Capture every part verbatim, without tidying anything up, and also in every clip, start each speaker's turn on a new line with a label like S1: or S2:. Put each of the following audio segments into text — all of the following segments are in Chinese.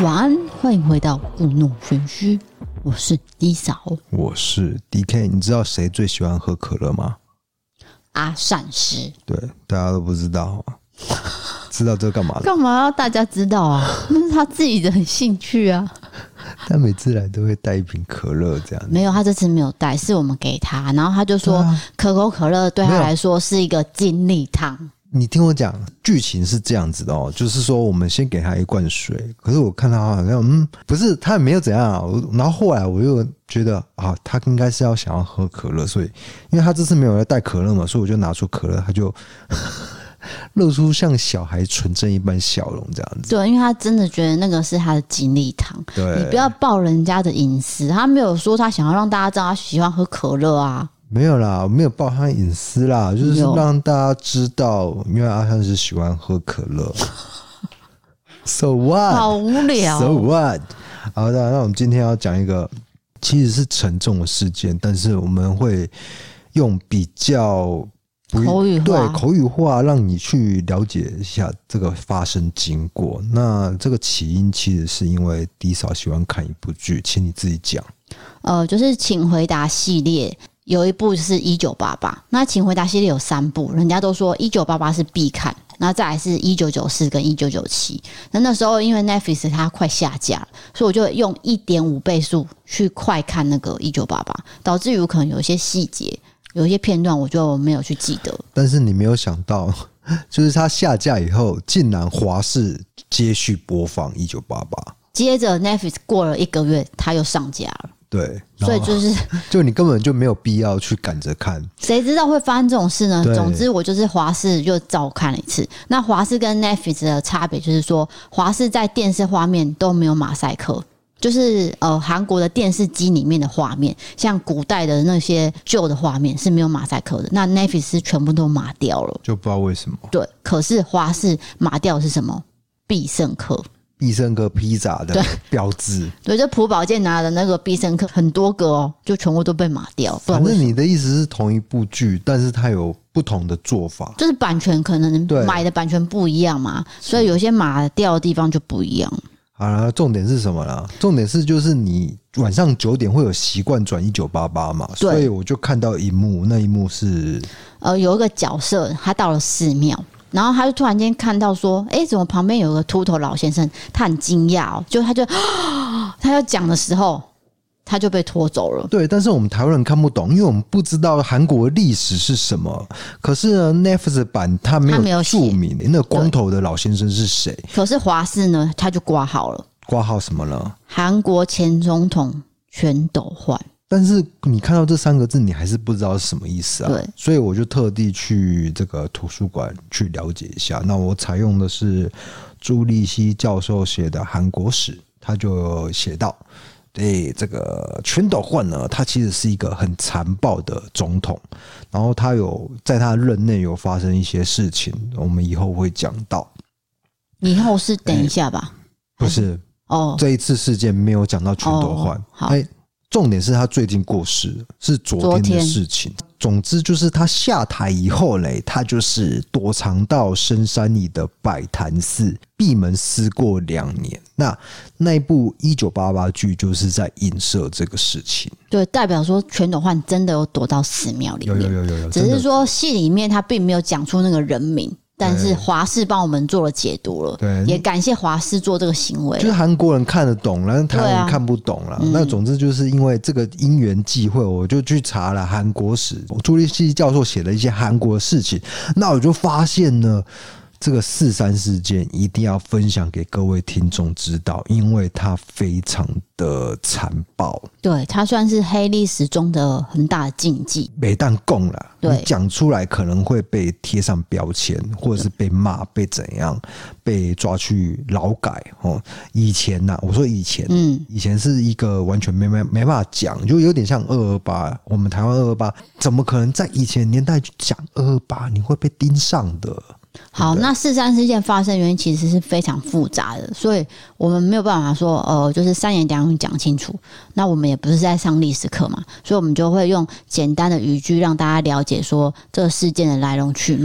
S1: 晚安，欢迎回到故弄玄虚，我是 D 嫂，
S2: 我是 D K。 你知道谁最喜欢喝可乐吗？
S1: 阿善师。
S2: 对，大家都不知道知道这干嘛了？
S1: 干嘛要大家知道啊？那是他自己的兴趣啊。
S2: 他每次来都会带一瓶可乐这样子。
S1: 没有，他这次没有带，是我们给他，然后他就说、
S2: 啊、
S1: 可口可乐对他来说是一个精力汤。
S2: 你听我讲，剧情是这样子的哦，就是说我们先给他一罐水，可是我看他好像嗯，不是，他也没有怎样啊。然后后来我又觉得啊，他应该是要想要喝可乐，所以因为他这次没有要带可乐嘛，所以我就拿出可乐，他就露出像小孩纯真一般笑容这样子。
S1: 对，因为他真的觉得那个是他的精力汤。
S2: 对，
S1: 你不要爆人家的隐私，他没有说他想要让大家知道他喜欢喝可乐啊。
S2: 没有啦，我没有爆他隐私啦，就是让大家知道，因为阿善是喜欢喝可乐。So what？
S1: 好无聊。
S2: So what？ 好的，那我们今天要讲一个其实是沉重的事件，但是我们会用比较
S1: 口语化，
S2: 对口语化，让你去了解一下这个发生经过。那这个起因其实是因为 D 嫂喜欢看一部剧，请你自己讲。
S1: 呃，就是请回答系列。有一部是一九八八，那请回答系列有三部，人家都说一九八八是必看，那再来是一九九四跟一九九七。那那时候因为 Netflix 它快下架了，所以我就用 一点五 倍速去快看那个一九八八，导致于我可能有一些细节有一些片段我就没有去记得。
S2: 但是你没有想到，就是它下架以后竟然华视接续播放一九八八，
S1: 接着 Netflix 过了一个月它又上架了。
S2: 对，
S1: 所以就是
S2: 就你根本就没有必要去赶着看，
S1: 谁知道会发生这种事呢？总之我就是华视就照看了一次。那华视跟 Netflix 的差别就是说，华视在电视画面都没有马赛克，就是呃韩国的电视机里面的画面，像古代的那些旧的画面是没有马赛克的。那 Netflix 是全部都码掉了，
S2: 就不知道为什么。对，
S1: 可是华视码掉的是什么？必胜客。
S2: 必胜客披萨的标志，
S1: 对，就朴宝剑拿的那个必胜客很多个哦，就全部都被码掉。
S2: 反正你的意思是同一部剧，但是它有不同的做法，
S1: 就是版权可能买的版权不一样嘛，所以有些码掉的地方就不一样。
S2: 好了，重点是什么啦？重点是就是你晚上九点会有习惯转一九八八嘛，所以我就看到一幕，那一幕是
S1: 呃有一个角色他到了寺庙。然后他就突然间看到说，哎，怎么旁边有个秃头老先生？他很惊讶哦，就他就他要讲的时候，他就被拖走了。
S2: 对，但是我们台湾人看不懂，因为我们不知道韩国的历史是什么。可是呢 ，Netflix 版他没有注明那个光头的老先生是谁。
S1: 可是华视呢，他就挂号了。
S2: 挂号什么了？
S1: 韩国前总统全斗焕。
S2: 但是你看到这三个字，你还是不知道是什么意思啊？
S1: 对，
S2: 所以我就特地去这个图书馆去了解一下。那我采用的是朱立熙教授写的韩国史，他就写到，对这个全斗焕呢，他其实是一个很残暴的总统，然后他有在他任内有发生一些事情，我们以后会讲到。
S1: 以后是等一下吧？
S2: 欸、不是
S1: 哦，
S2: 这一次事件没有讲到全斗焕。
S1: 哦、好。
S2: 欸重点是他最近过世，是昨天的事情。总之就是他下台以后嘞，他就是躲藏到深山里的百潭寺，闭门思过两年。那那一部一九八八剧就是在影射这个事情。
S1: 对，代表说全斗焕真的有躲到寺庙里面，
S2: 有有有有有，
S1: 只是说戏里面他并没有讲出那个人名。但是华视帮我们做了解读了，对，也感谢华视做这个行为。
S2: 就是韩国人看得懂，但是台湾人看不懂了、啊嗯。那总之就是因为这个因缘际会，我就去查了韩国史，朱立熙教授写的一些韩国的事情，那我就发现呢。这个四三事件一定要分享给各位听众知道，因为它非常的残暴。
S1: 对，它算是黑历史中的很大的禁忌。
S2: 没但供啦，你讲出来可能会被贴上标签，或者是被骂、被怎样、被抓去劳改。哦，以前呐、啊，我说以前，嗯，以前是一个完全没没没办法讲，就有点像二二八。我们台湾二二八，怎么可能在以前年代讲二二八，你会被盯上的？
S1: 好，那四三事件发生原因其实是非常复杂的，所以我们没有办法说呃，就是三言两语讲清楚。那我们也不是在上历史课嘛，所以我们就会用简单的语句让大家了解说这个事件的来龙去脉。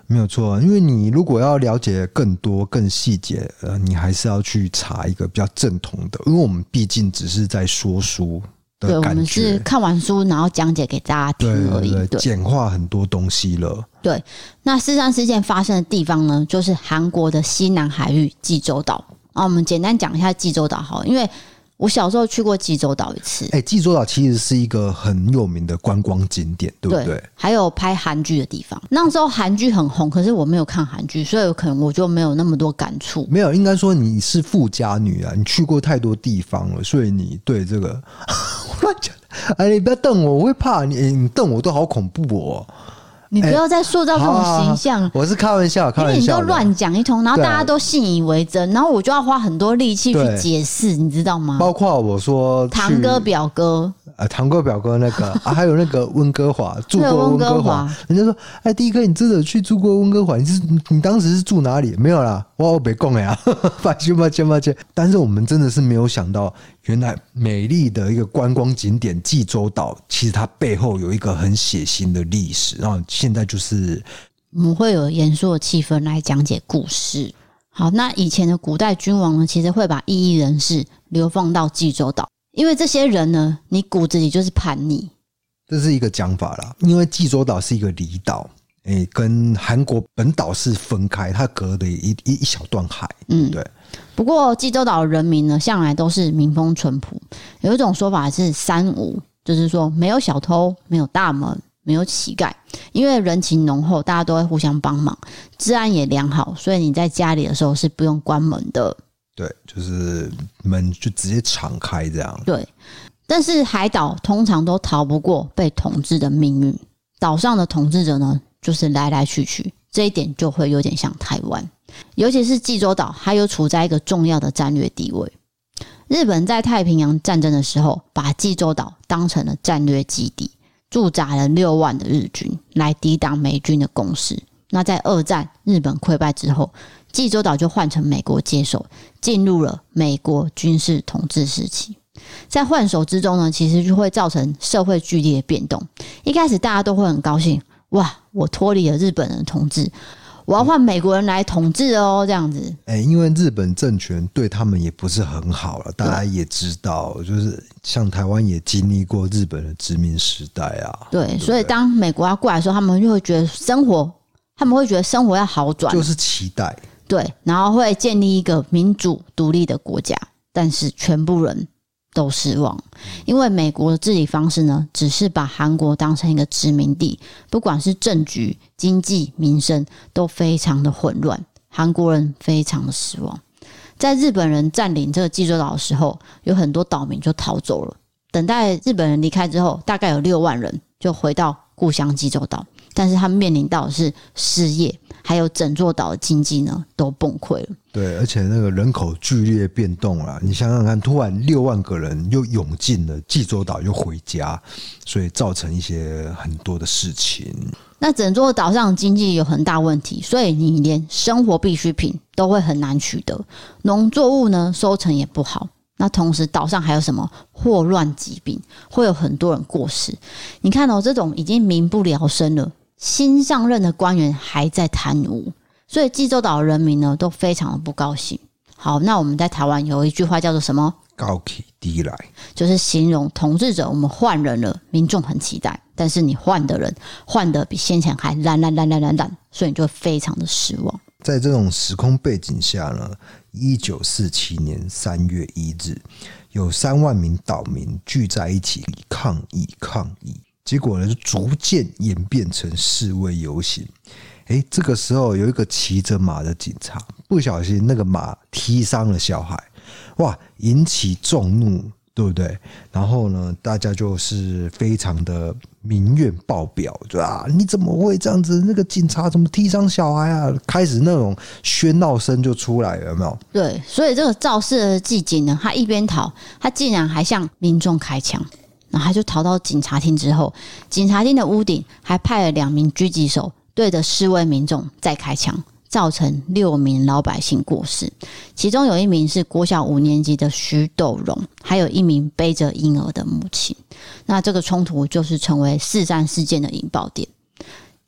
S2: 没有错，因为你如果要了解更多、更细节，呃，你还是要去查一个比较正统的，因为我们毕竟只是在说书的感觉，对，我们
S1: 是看完书然后讲解给大家听而已，
S2: 对对对，简化很多东西了。
S1: 对，那四三事件发生的地方呢，就是韩国的西南海域济州岛。那我们简单讲一下济州岛好了，因为我小时候去过济州岛一次。
S2: 哎、欸，济州岛其实是一个很有名的观光景点，对不对？
S1: 对，还有拍韩剧的地方。那时候韩剧很红，可是我没有看韩剧，所以可能我就没有那么多感触。
S2: 没有，应该说你是富家女啊，你去过太多地方了，所以你对这个乱讲。哎，你不要瞪我，我会怕你。你瞪我都好恐怖哦。
S1: 你不要再塑造这种形象、欸、
S2: 我是开玩笑，开玩笑，
S1: 因为你都乱讲一通，然后大家都信以为真，然后我就要花很多力气去解释，你知道吗？
S2: 包括我说
S1: 堂哥表哥。
S2: 呃，堂哥表哥那个啊，还有那个温哥华，住过温哥华，人家说，哎，第一个你真的去住过温哥华？你是你当时是住哪里？没有啦，我别讲了呀，抱歉抱歉抱歉。但是我们真的是没有想到，原来美丽的一个观光景点济州岛，其实它背后有一个很血腥的历史。然后现在就是
S1: 我们会有严肃的气氛来讲解故事。好，那以前的古代君王呢，其实会把异议人士流放到济州岛。因为这些人呢，你骨子里就是叛逆，
S2: 这是一个讲法啦。因为济州岛是一个离岛，欸，跟韩国本岛是分开，它隔的一一一小段海，嗯，对。
S1: 不过济州岛的人民呢，向来都是民风淳朴。有一种说法是三无，就是说没有小偷，没有大门，没有乞丐，因为人情浓厚，大家都会互相帮忙，治安也良好，所以你在家里的时候是不用关门的。
S2: 对，就是门就直接敞开这样。
S1: 对，但是海岛通常都逃不过被统治的命运。岛上的统治者呢，就是来来去去，这一点就会有点像台湾。尤其是济州岛，它又处在一个重要的战略地位。日本在太平洋战争的时候，把济州岛当成了战略基地，驻扎了六万的日军来抵挡美军的攻势。那在二战日本溃败之后，济州岛就换成美国接手，进入了美国军事统治时期。在换手之中呢，其实就会造成社会剧烈的变动。一开始大家都会很高兴，哇，我脱离了日本人的统治，我要换美国人来统治哦，这样子。
S2: 欸，因为日本政权对他们也不是很好了，大家也知道，就是像台湾也经历过日本的殖民时代啊。
S1: 对，
S2: 对对，
S1: 所以当美国要过来的时候，他们就会觉得生活，他们会觉得生活要好转，
S2: 就是期待。
S1: 对，然后会建立一个民主独立的国家，但是全部人都失望，因为美国的治理方式呢，只是把韩国当成一个殖民地，不管是政局、经济、民生都非常的混乱，韩国人非常的失望。在日本人占领这个济州岛的时候，有很多岛民就逃走了。等待日本人离开之后，大概有六万人就回到故乡济州岛，但是他们面临到的是失业，还有整座岛的经济呢都崩溃了。
S2: 对，而且那个人口剧烈变动啦，你想想看，突然六万个人又涌进了济州岛，又回家，所以造成一些很多的事情。
S1: 那整座岛上的经济有很大问题，所以你连生活必需品都会很难取得，农作物呢收成也不好。那同时岛上还有什么霍乱疾病，会有很多人过世。你看哦，这种已经民不聊生了，新上任的官员还在贪污，所以济州岛的人民呢都非常的不高兴。好，那我们在台湾有一句话叫做什么？
S2: 高起低来，就是
S1: 形容统治者我们换人了，民众很期待，但是你换的人换的比先前还烂烂烂烂烂烂，所以你就会非常的失望。
S2: 在这种时空背景下呢，一九四七年三月一日，有三万名岛民聚在一起抗议抗议，结果呢就逐渐演变成示威游行。诶，这个时候有一个骑着马的警察不小心那个马踢伤了小孩，哇，引起众怒，对不对？然后呢，大家就是非常的民怨爆表，就啊，你怎么会这样子？那个警察怎么踢伤小孩啊？开始那种喧闹声就出来了，有没有？
S1: 对，所以这个肇事的记警呢，他一边逃，他竟然还向民众开枪，然后他就逃到警察厅之后，警察厅的屋顶还派了两名狙击手对着示威民众再开枪，造成六名老百姓过世，其中有一名是国小五年级的徐斗荣，还有一名背着婴儿的母亲。那这个冲突就是成为四三事件的引爆点。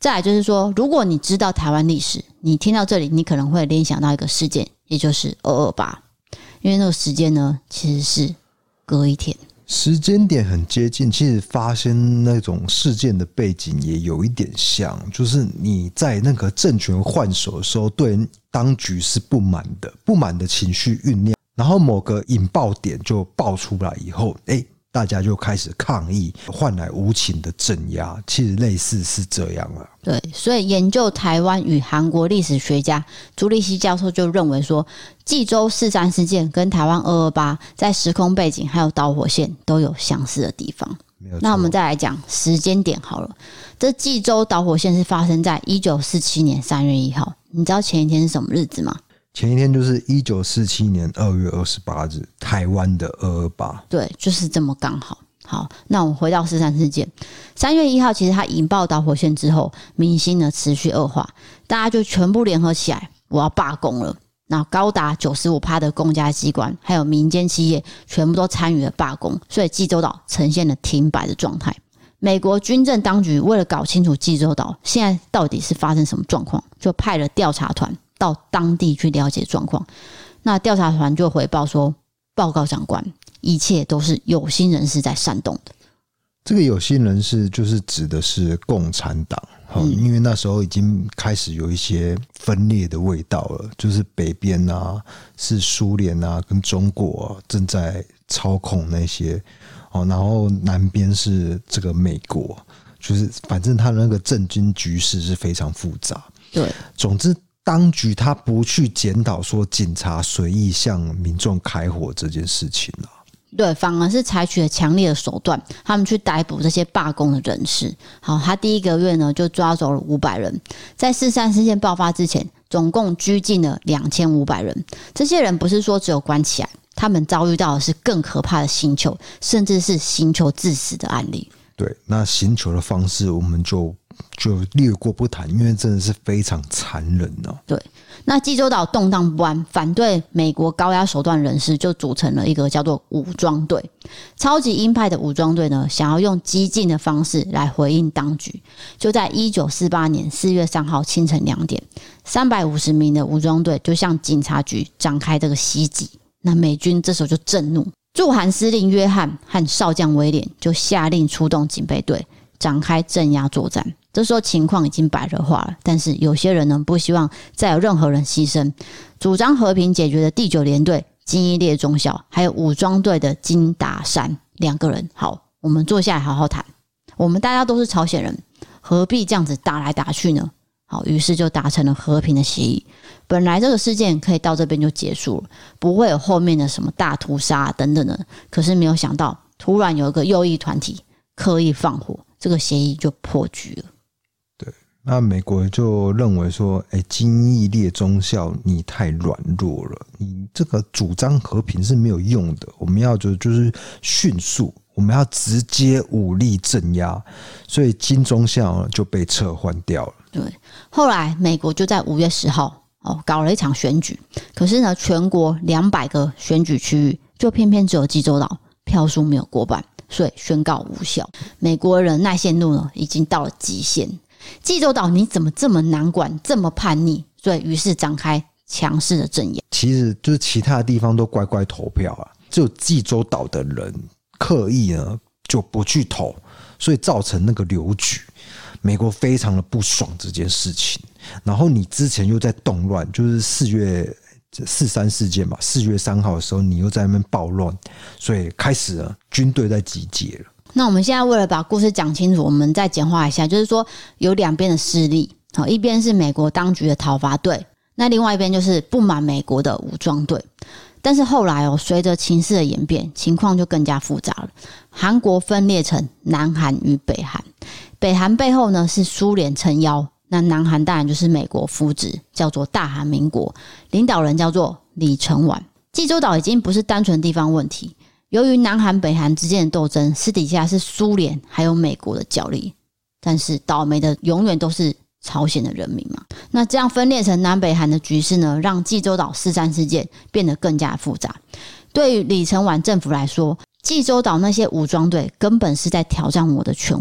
S1: 再来就是说，如果你知道台湾历史，你听到这里，你可能会联想到一个事件，也就是二二八，因为那个时间呢，其实是隔一天。
S2: 时间点很接近，其实发生那种事件的背景也有一点像，就是你在那个政权换手的时候，对当局是不满的，不满的情绪酝酿，然后某个引爆点就爆出来以后，哎，大家就开始抗议，换来无情的镇压，其实类似是这样了。
S1: 对，所以研究台湾与韩国历史学家朱立熙教授就认为说，济州四三事件跟台湾二二八在时空背景还有导火线都有相似的地方。那我们再来讲时间点好了，这济州导火线是发生在一九四七年三月一号，你知道前一天是什么日子吗？
S2: 前一天就是一九四七年二月二十八日，台湾的二二八。
S1: 对，就是这么刚好。好，那我们回到四三事件，三月一号，其实它引爆导火线之后，民心呢持续恶化，大家就全部联合起来，我要罢工了。那高达 百分之九十五 的公家机关还有民间企业全部都参与了罢工，所以济州岛呈现了停摆的状态。美国军政当局为了搞清楚济州岛现在到底是发生什么状况，就派了调查团到当地去了解状况。那调查团就回报说，报告长官，一切都是有心人士在煽动的。
S2: 这个有心人士就是指的是共产党，嗯、因为那时候已经开始有一些分裂的味道了，就是北边啊是苏联啊跟中国、啊、正在操控那些，然后南边是这个美国，就是反正他的那个政经局势是非常复杂。
S1: 对，
S2: 总之当局他不去检讨说警察随意向民众开火这件事情啊，
S1: 对，反而是采取了强烈的手段，他们去逮捕这些罢工的人士。好，他第一个月呢就抓走了五百人，在四三事件爆发之前，总共拘禁了两千五百人。这些人不是说只有关起来，他们遭遇到的是更可怕的刑求，甚至是刑求致死的案例。
S2: 对，那刑求的方式我们就就略过不谈，因为真的是非常残忍哦。
S1: 对，那济州岛动荡不安，反对美国高压手段人士就组成了一个叫做武装队。超级鹰派的武装队呢，想要用激进的方式来回应当局。就在一九四八年四月三号清晨两点，三百五十名的武装队就向警察局展开这个袭击。那美军这时候就震怒，驻韩司令约翰和少将威廉就下令出动警备队，展开镇压作战。这时候情况已经白热化了，但是有些人呢不希望再有任何人牺牲，主张和平解决的第九联队金一烈中校还有武装队的金达山两个人，好，我们坐下来好好谈，我们大家都是朝鲜人，何必这样子打来打去呢？好，于是就达成了和平的协议。本来这个事件可以到这边就结束了，不会有后面的什么大屠杀等等的，可是没有想到突然有一个右翼团体刻意放火，这个协议就破局了。
S2: 那美国就认为说，哎，金义烈中校你太软弱了，你这个主张和平是没有用的，我们要就就是迅速，我们要直接武力镇压，所以金中校就被撤换掉了。
S1: 对，后来美国就在五月十号哦搞了一场选举，可是呢，全国两百个选举区域，就偏偏只有济州岛票数没有过半，所以宣告无效。美国人耐线度呢已经到了极限。济州岛你怎么这么难管，这么叛逆？所以于是展开强势的镇压。
S2: 其实就是其他的地方都乖乖投票啊，只有济州岛的人刻意呢就不去投，所以造成那个流局。美国非常的不爽这件事情，然后你之前又在动乱，就是四月四三事件嘛，四月三号的时候你又在那边暴乱，所以开始了军队在集结了。
S1: 那我们现在为了把故事讲清楚，我们再简化一下，就是说有两边的势力，一边是美国当局的讨伐队，那另外一边就是不满美国的武装队。但是后来哦，随着情势的演变，情况就更加复杂了。韩国分裂成南韩与北韩，北韩背后呢是苏联撑腰，那南韩当然就是美国扶植，叫做大韩民国，领导人叫做李承晚。济州岛已经不是单纯地方问题，由于南韩北韩之间的斗争，私底下是苏联还有美国的角力，但是倒霉的永远都是朝鲜的人民嘛。那这样分裂成南北韩的局势呢，让济州岛四三事件变得更加复杂。对于李承晚政府来说，济州岛那些武装队根本是在挑战我的权威，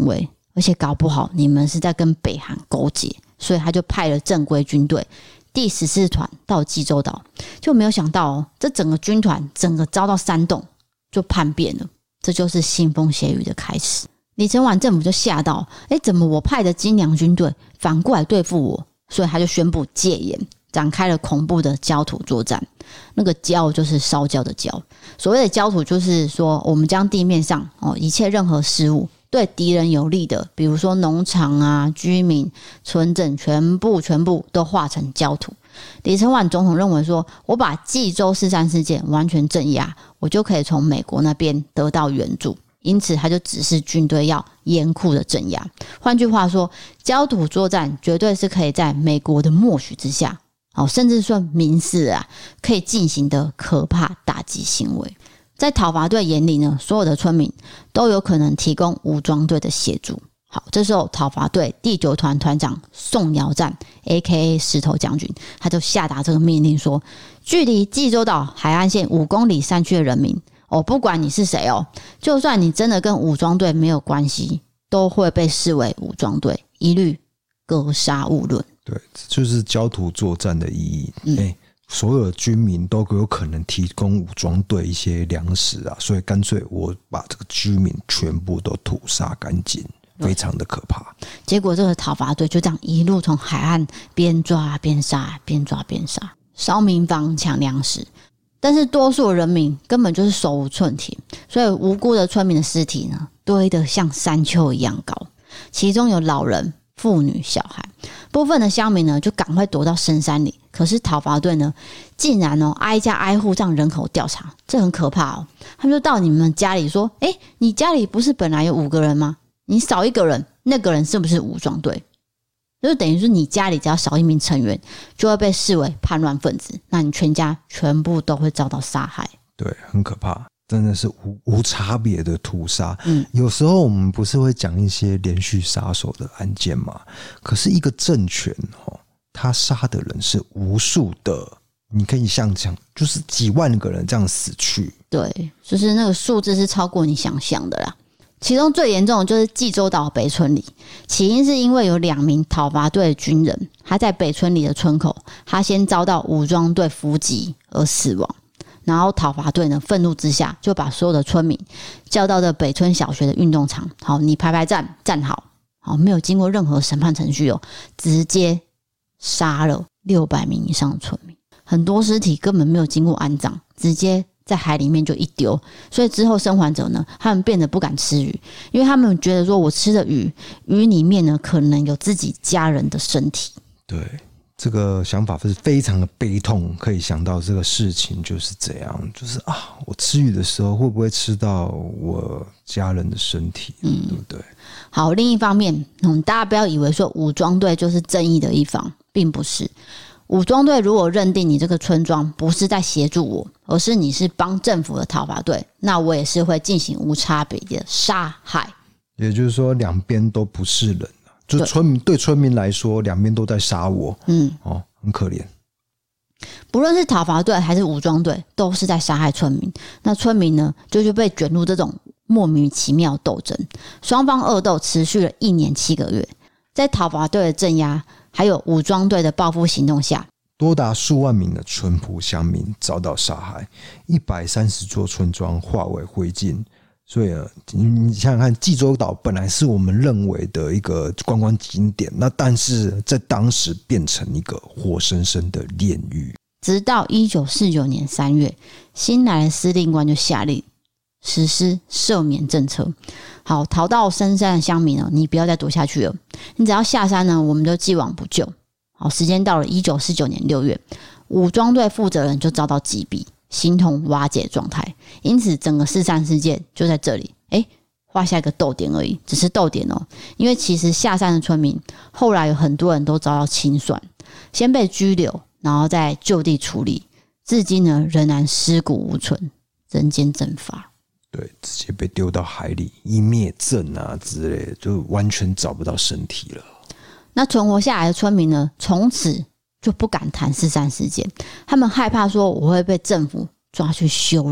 S1: 而且搞不好你们是在跟北韩勾结，所以他就派了正规军队第十四团到济州岛，就没有想到哦，这整个军团整个遭到煽动，就叛变了。这就是腥风血雨的开始。李承晚政府就吓到，诶，怎么我派的精良军队反过来对付我？所以他就宣布戒严，展开了恐怖的焦土作战。那个焦就是烧焦的焦，所谓的焦土就是说，我们将地面上哦一切任何事物对敌人有利的，比如说农场啊、居民、村镇，全部全部都化成焦土。李承晚总统认为说，我把济州四三事件完全镇压，我就可以从美国那边得到援助，因此他就指示军队要严酷的镇压。换句话说，焦土作战绝对是可以在美国的默许之下，哦，甚至说明示啊，可以进行的可怕打击行为。在讨伐队眼里呢，所有的村民都有可能提供武装队的协助。好，这时候讨伐队第九团团长宋尧战 A K A 石头将军，他就下达这个命令说，距离济州岛海岸线五公里山区的人民，哦，不管你是谁哦，就算你真的跟武装队没有关系，都会被视为武装队，一律格杀勿论。
S2: 对，这就是焦土作战的意义。嗯欸所有的军民都有可能提供武装队一些粮食啊，所以干脆我把这个居民全部都屠杀干净，非常的可怕。
S1: 结果这个讨伐队就这样一路从海岸边抓边杀，边抓边杀，烧民房抢粮食。但是多数人民根本就是手无寸铁，所以无辜的村民的尸体呢，堆得像山丘一样高，其中有老人、妇女、小孩。部分的乡民呢，就赶快躲到深山里。可是讨伐队呢，竟然哦挨家挨户这样人口调查，这很可怕哦。他们就到你们家里说：“哎，你家里不是本来有五个人吗？你少一个人，那个人是不是武装队？”就是等于是你家里只要少一名成员，就会被视为叛乱分子，那你全家全部都会遭到杀害。
S2: 对，很可怕。真的是 无, 无差别的屠杀。嗯，有时候我们不是会讲一些连续杀手的案件吗？可是一个政权哦，他杀的人是无数的，你可以想象，就是几万个人这样死去。
S1: 对，就是那个数字是超过你想象的啦。其中最严重的就是济州岛北村里，起因是因为有两名讨伐队的军人，他在北村里的村口，他先遭到武装队伏击而死亡。然后讨伐队呢，愤怒之下就把所有的村民叫到这北村小学的运动场。好，你排排站，站好。好，没有经过任何审判程序哦，直接杀了六百名以上的村民，很多尸体根本没有经过安葬，直接在海里面就一丢。所以之后生还者呢，他们变得不敢吃鱼，因为他们觉得说，我吃的鱼，鱼里面呢可能有自己家人的身体。
S2: 对。这个想法是非常的悲痛，可以想到这个事情就是这样，就是啊，我吃鱼的时候会不会吃到我家人的身体，嗯，对不对？
S1: 好，另一方面，嗯，大家不要以为说武装队就是正义的一方，并不是。武装队如果认定你这个村庄不是在协助我，而是你是帮政府的讨伐队，那我也是会进行无差别的杀害。
S2: 也就是说，两边都不是人。就村民 对, 对村民来说，两边都在杀我，嗯，哦，很可怜。
S1: 不论是讨伐队还是武装队，都是在杀害村民。那村民呢，就是被卷入这种莫名其妙的斗争。双方恶斗持续了一年七个月，在讨伐队的镇压，还有武装队的报复行动下，
S2: 多达数万名的淳朴乡民遭到杀害，一百三十座村庄化为灰烬。所以你想想看，济州岛本来是我们认为的一个观光景点，那但是在当时变成一个活生生的炼狱。
S1: 直到一九四九年三月，新来的司令官就下令实施赦免政策。好，逃到深山的乡民呢，你不要再躲下去了，你只要下山呢，我们就既往不咎。好，时间到了一九四九年六月，武装队负责人就遭到击毙，形同瓦解状态，因此整个四三事件就在这里，诶，画下一个逗点而已，只是逗点哦。因为其实下山的村民后来有很多人都遭到清算，先被拘留，然后再就地处理，至今呢仍然尸骨无存，人间蒸发。
S2: 对，直接被丢到海里，一灭证啊之类的，就完全找不到身体了。
S1: 那存活下来的村民呢，从此就不敢谈四三事件，他们害怕说我会被政府抓去修理，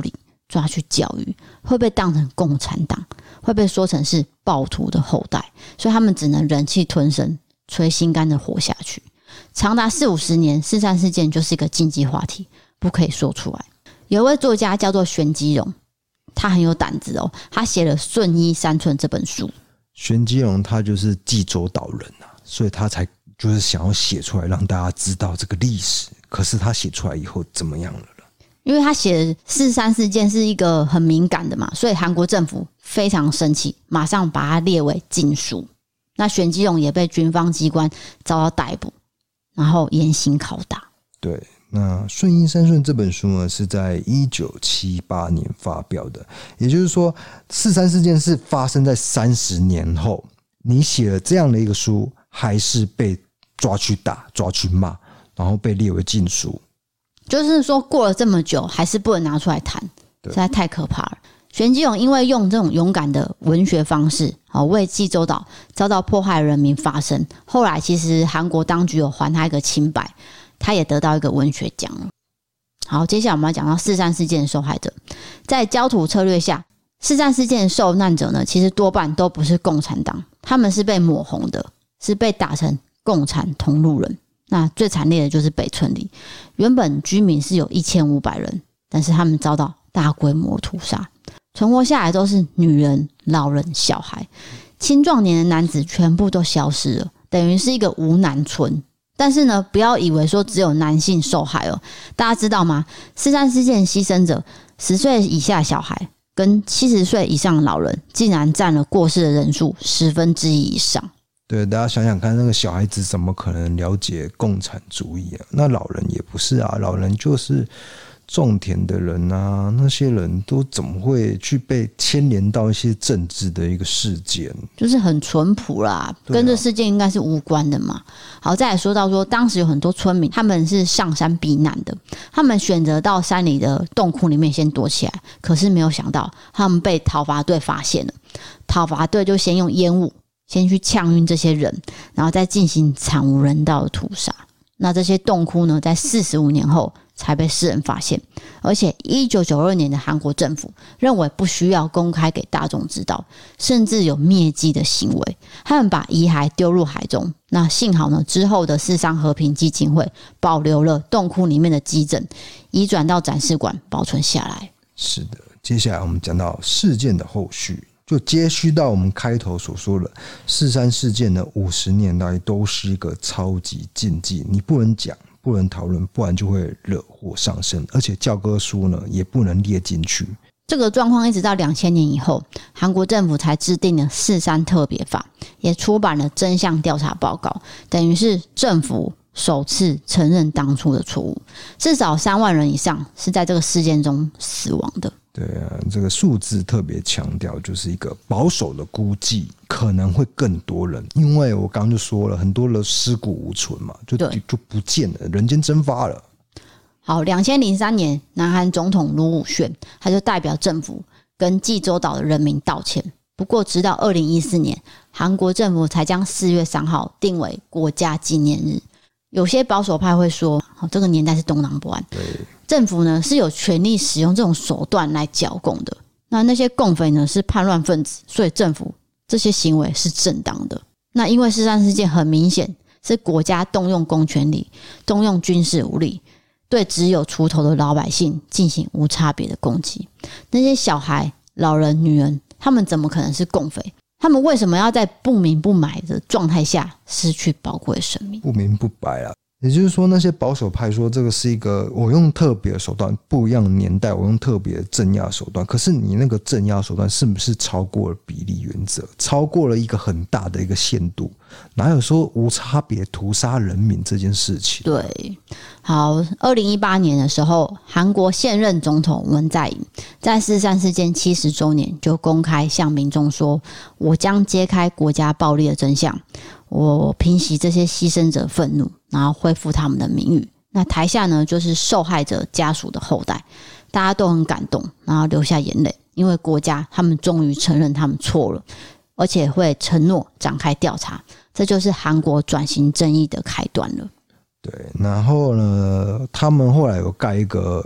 S1: 抓去教育，会被当成共产党，会被说成是暴徒的后代，所以他们只能忍气吞声，捶心肝的活下去。长达四五十年，四三事件就是一个禁忌话题，不可以说出来。有一位作家叫做玄基荣，他很有胆子哦，他写了《顺衣三寸》这本书。
S2: 玄基荣他就是济州岛人啊，所以他才就是想要写出来让大家知道这个历史。可是他写出来以后怎么样了？
S1: 因为他写的四三事件是一个很敏感的嘛，所以韩国政府非常生气，马上把它列为禁书。那玄基荣也被军方机关遭到逮捕，然后严刑拷打。
S2: 对，那《顺衣三寸》这本书呢，是在一九七八年发表的，也就是说，四三事件是发生在三十年后，你写了这样的一个书，还是被抓去打、抓去骂，然后被列为禁书。
S1: 就是说，过了这么久，还是不能拿出来谈，实在太可怕了。玄基荣因为用这种勇敢的文学方式，为济州岛遭到迫害的人民发声。后来，其实韩国当局有还他一个清白，他也得到一个文学奖了。好，接下来我们要讲到四三事件的受害者，在焦土策略下，四三事件的受难者呢，其实多半都不是共产党，他们是被抹红的，是被打成共产同路人。那最惨烈的就是北村里，原本居民是有一千五百人，但是他们遭到大规模屠杀，存活下来都是女人、老人、小孩，青壮年的男子全部都消失了，等于是一个无男村。但是呢，不要以为说只有男性受害哦，大家知道吗？四三事件牺牲者，十岁以下小孩跟七十岁以上的老人，竟然占了过世的人数十分之一以上。
S2: 对，大家想想看，那个小孩子怎么可能了解共产主义啊？那老人也不是啊，老人就是种田的人啊，那些人都怎么会去被牵连到一些政治的一个事件？就是
S1: 很淳朴啦，啊、跟这事件应该是无关的嘛。好，再来说到说，当时有很多村民他们是上山避难的，他们选择到山里的洞窟里面先躲起来，可是没有想到他们被讨伐队发现了，讨伐队就先用烟雾先去呛晕这些人，然后再进行惨无人道的屠杀。那这些洞窟呢，在四十五年后才被世人发现，而且一九九二年的韩国政府认为不需要公开给大众知道，甚至有灭迹的行为，他们把遗骸丢入海中。那幸好呢，之后的四三和平基金会保留了洞窟里面的基证，移转到展示馆保存下来。
S2: 是的，接下来我们讲到事件的后续，就接续到我们开头所说的四三事件的五十年来都是一个超级禁忌，你不能讲，不能讨论，不然就会惹祸上身，而且教科书呢也不能列进去。
S1: 这个状况一直到两千年以后，韩国政府才制定了四三特别法，也出版了真相调查报告，等于是政府首次承认当初的错误，至少三万人以上是在这个事件中死亡的。
S2: 对啊，这个数字特别强调，就是一个保守的估计，可能会更多人，因为我刚刚就说了，很多人尸骨无存嘛，就就不见了，人间蒸发了。
S1: 好，二零零三年，南韩总统卢武铉他就代表政府跟济州岛的人民道歉。不过，直到二零一四年，韩国政府才将四月三号定为国家纪念日。有些保守派会说，这个年代是动荡不安，
S2: 对，
S1: 政府呢是有权利使用这种手段来剿共的。那那些共匪呢是叛乱分子，所以政府这些行为是正当的。那因为四三事件很明显是国家动用公权力，动用军事武力，对只有锄头的老百姓进行无差别的攻击。那些小孩、老人、女人，他们怎么可能是共匪？他们为什么要在不明不白的状态下失去宝贵的生命？
S2: 不明不白啊！也就是说，那些保守派说这个是一个我用特别的手段，不一样的年代，我用特别的镇压手段。可是你那个镇压手段是不是超过了比例原则，超过了一个很大的一个限度？哪有说无差别屠杀人民这件事情？
S1: 对，好，二零一八年的时候，韩国现任总统文在寅在四三事件七十周年就公开向民众说：“我将揭开国家暴力的真相。”我平息这些牺牲者愤怒，然后恢复他们的名誉。那台下呢，就是受害者家属的后代，大家都很感动，然后流下眼泪，因为国家他们终于承认他们错了，而且会承诺展开调查，这就是韩国转型正义的开端了。
S2: 对，然后呢，他们后来有盖一个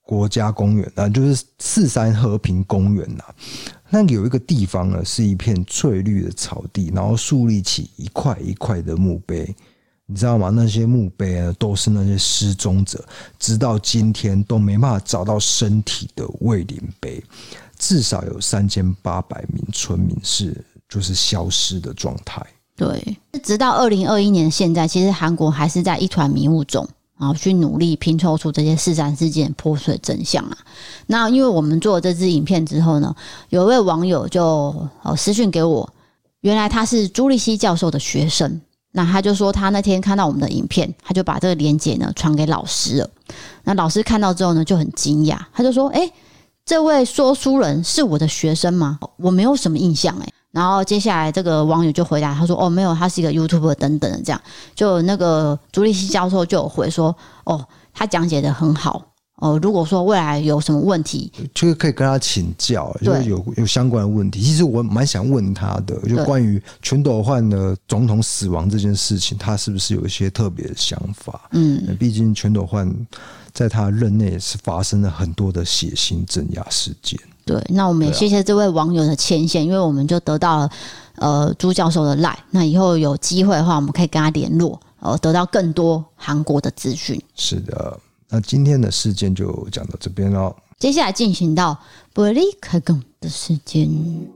S2: 国家公园啊，就是四山和平公园呐。那有一个地方呢，是一片翠绿的草地，然后树立起一块一块的墓碑。你知道吗？那些墓碑呢，都是那些失踪者，直到今天都没办法找到身体的慰灵碑。至少有三千八百名村民是就是消失的状态。
S1: 对，直到二零二一年现在，其实韩国还是在一团迷雾中，然后去努力拼凑出这些四山事件破碎真相啊。那因为我们做了这支影片之后呢，有一位网友就私讯给我，原来他是朱立熙教授的学生。那他就说他那天看到我们的影片，他就把这个连结呢传给老师了。那老师看到之后呢就很惊讶，他就说：“哎、欸，这位说书人是我的学生吗？我没有什么印象哎、欸。”然后接下来这个网友就回答他说：“哦，没有，他是一个 YouTuber 等等的这样。”就那个朱立熙教授就有回说：“哦，他讲解的很好。”哦，如果说未来有什么问题，
S2: 就是可以跟他请教，就是有有相关的问题。其实我蛮想问他的，就关于全斗焕的总统死亡这件事情，他是不是有一些特别的想法？嗯，毕竟全斗焕在他任内也是发生了很多的血腥镇压事件。
S1: 对，那我们也谢谢这位网友的牵线，因为我们就得到了呃朱教授的 LINE， 那以后有机会的话，我们可以跟他联络，呃，得到更多韩国的资讯。
S2: 是的。那今天的事件就讲到这边咯，
S1: 接下来進行到玻璃開講的時間。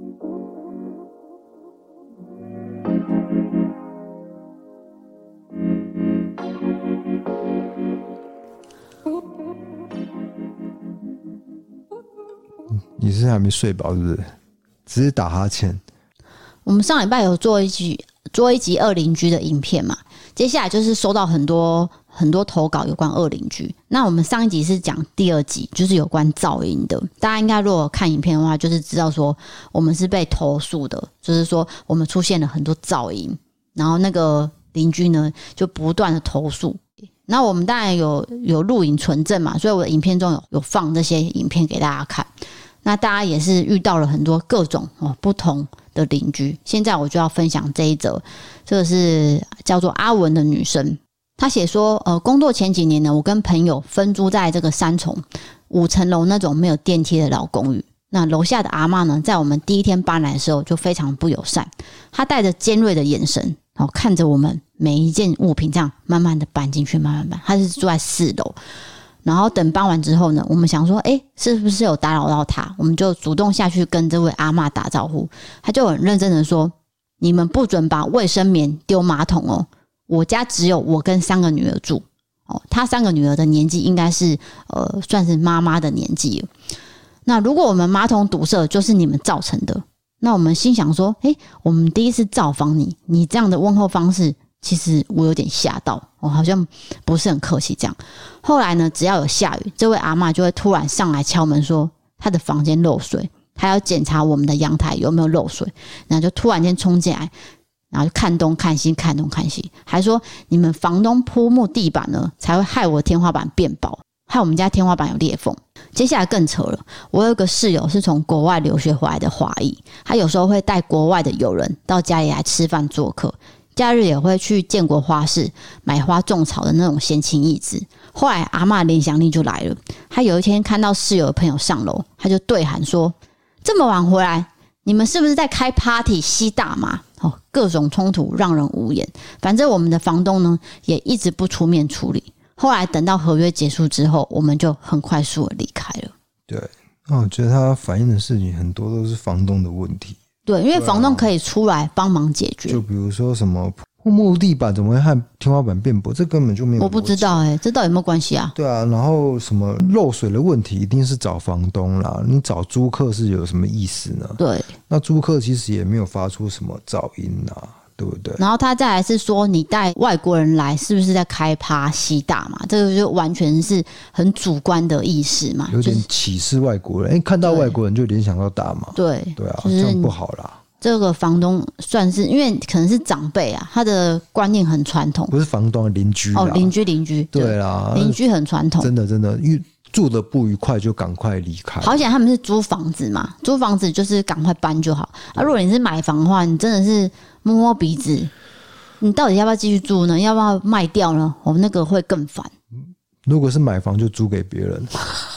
S2: 你是还没睡饱是不是？只是打哈欠。
S1: 我们上礼拜有做一集做一集二邻居的影片嘛，接下来就是收到很多很多投稿有关二邻居。那我们上一集是讲第二集，就是有关噪音的。大家应该如果看影片的话，就是知道说我们是被投诉的，就是说我们出现了很多噪音，然后那个邻居呢就不断的投诉。那我们当然有有录影存证嘛，所以我的影片中有有放这些影片给大家看。那大家也是遇到了很多各种哦不同的邻居。现在我就要分享这一则，这个是叫做阿文的女生。她写说，呃，工作前几年呢，我跟朋友分租在这个三重五层楼那种没有电梯的老公寓。那楼下的阿嬷呢，在我们第一天搬来的时候就非常不友善，她带着尖锐的眼神，哦，看着我们每一件物品这样慢慢的搬进去，慢慢搬。她是住在四楼。然后等搬完之后呢，我们想说，诶，是不是有打扰到他？我们就主动下去跟这位阿嬷打招呼。他就很认真的说：“你们不准把卫生棉丢马桶哦！我家只有我跟三个女儿住哦。他三个女儿的年纪应该是呃算是妈妈的年纪了。那如果我们马桶堵塞，就是你们造成的。那我们心想说，诶，我们第一次造访你，你这样的问候方式。”其实我有点吓到，我好像不是很客气这样。后来呢，只要有下雨，这位阿嬷就会突然上来敲门说她的房间漏水，她要检查我们的阳台有没有漏水，然后就突然间冲进来，然后就看东看西看东看西，还说你们房东铺木地板呢，才会害我天花板变薄，害我们家天花板有裂缝。接下来更扯了，我有一个室友是从国外留学回来的华裔，他有时候会带国外的友人到家里来吃饭做客。假日也会去建国花市买花种草的那种闲情逸致。后来阿嬷联想力就来了，她有一天看到室友的朋友上楼，她就对喊说：“这么晚回来，你们是不是在开 party 吸大麻？”哦，各种冲突让人无言。反正我们的房东呢也一直不出面处理。后来等到合约结束之后，我们就很快速的离开了。
S2: 对，那我觉得他反映的事情很多都是房东的问题。
S1: 对，因为房东可以出来帮忙解决。
S2: 就比如说什么铺木地板怎么会害天花板变薄，这根本就没有。
S1: 我不知道哎、欸，这到底有没有关系啊？
S2: 对啊，然后什么漏水的问题一定是找房东啦，你找租客是有什么意思呢？
S1: 对，
S2: 那租客其实也没有发出什么噪音啊。对不对？
S1: 然后他再来是说，你带外国人来是不是在开趴吸大嘛？这个就完全是很主观的意识嘛，
S2: 有点歧视外国人。哎、就是，看到外国人就联想到大麻。对对啊，就是，这样不好啦。
S1: 这个房东算是因为可能是长辈啊，他的观念很传统。
S2: 不是房东，邻居啦。
S1: 哦，邻居邻居。
S2: 对啦，
S1: 邻居很传统。
S2: 真的真的，住的不愉快就赶快离开。
S1: 好险他们是租房子嘛，租房子就是赶快搬就好。啊，如果你是买房的话，你真的是摸摸鼻子，你到底要不要继续住呢？要不要卖掉呢？我、哦、那个会更烦。
S2: 如果是买房就租给别人。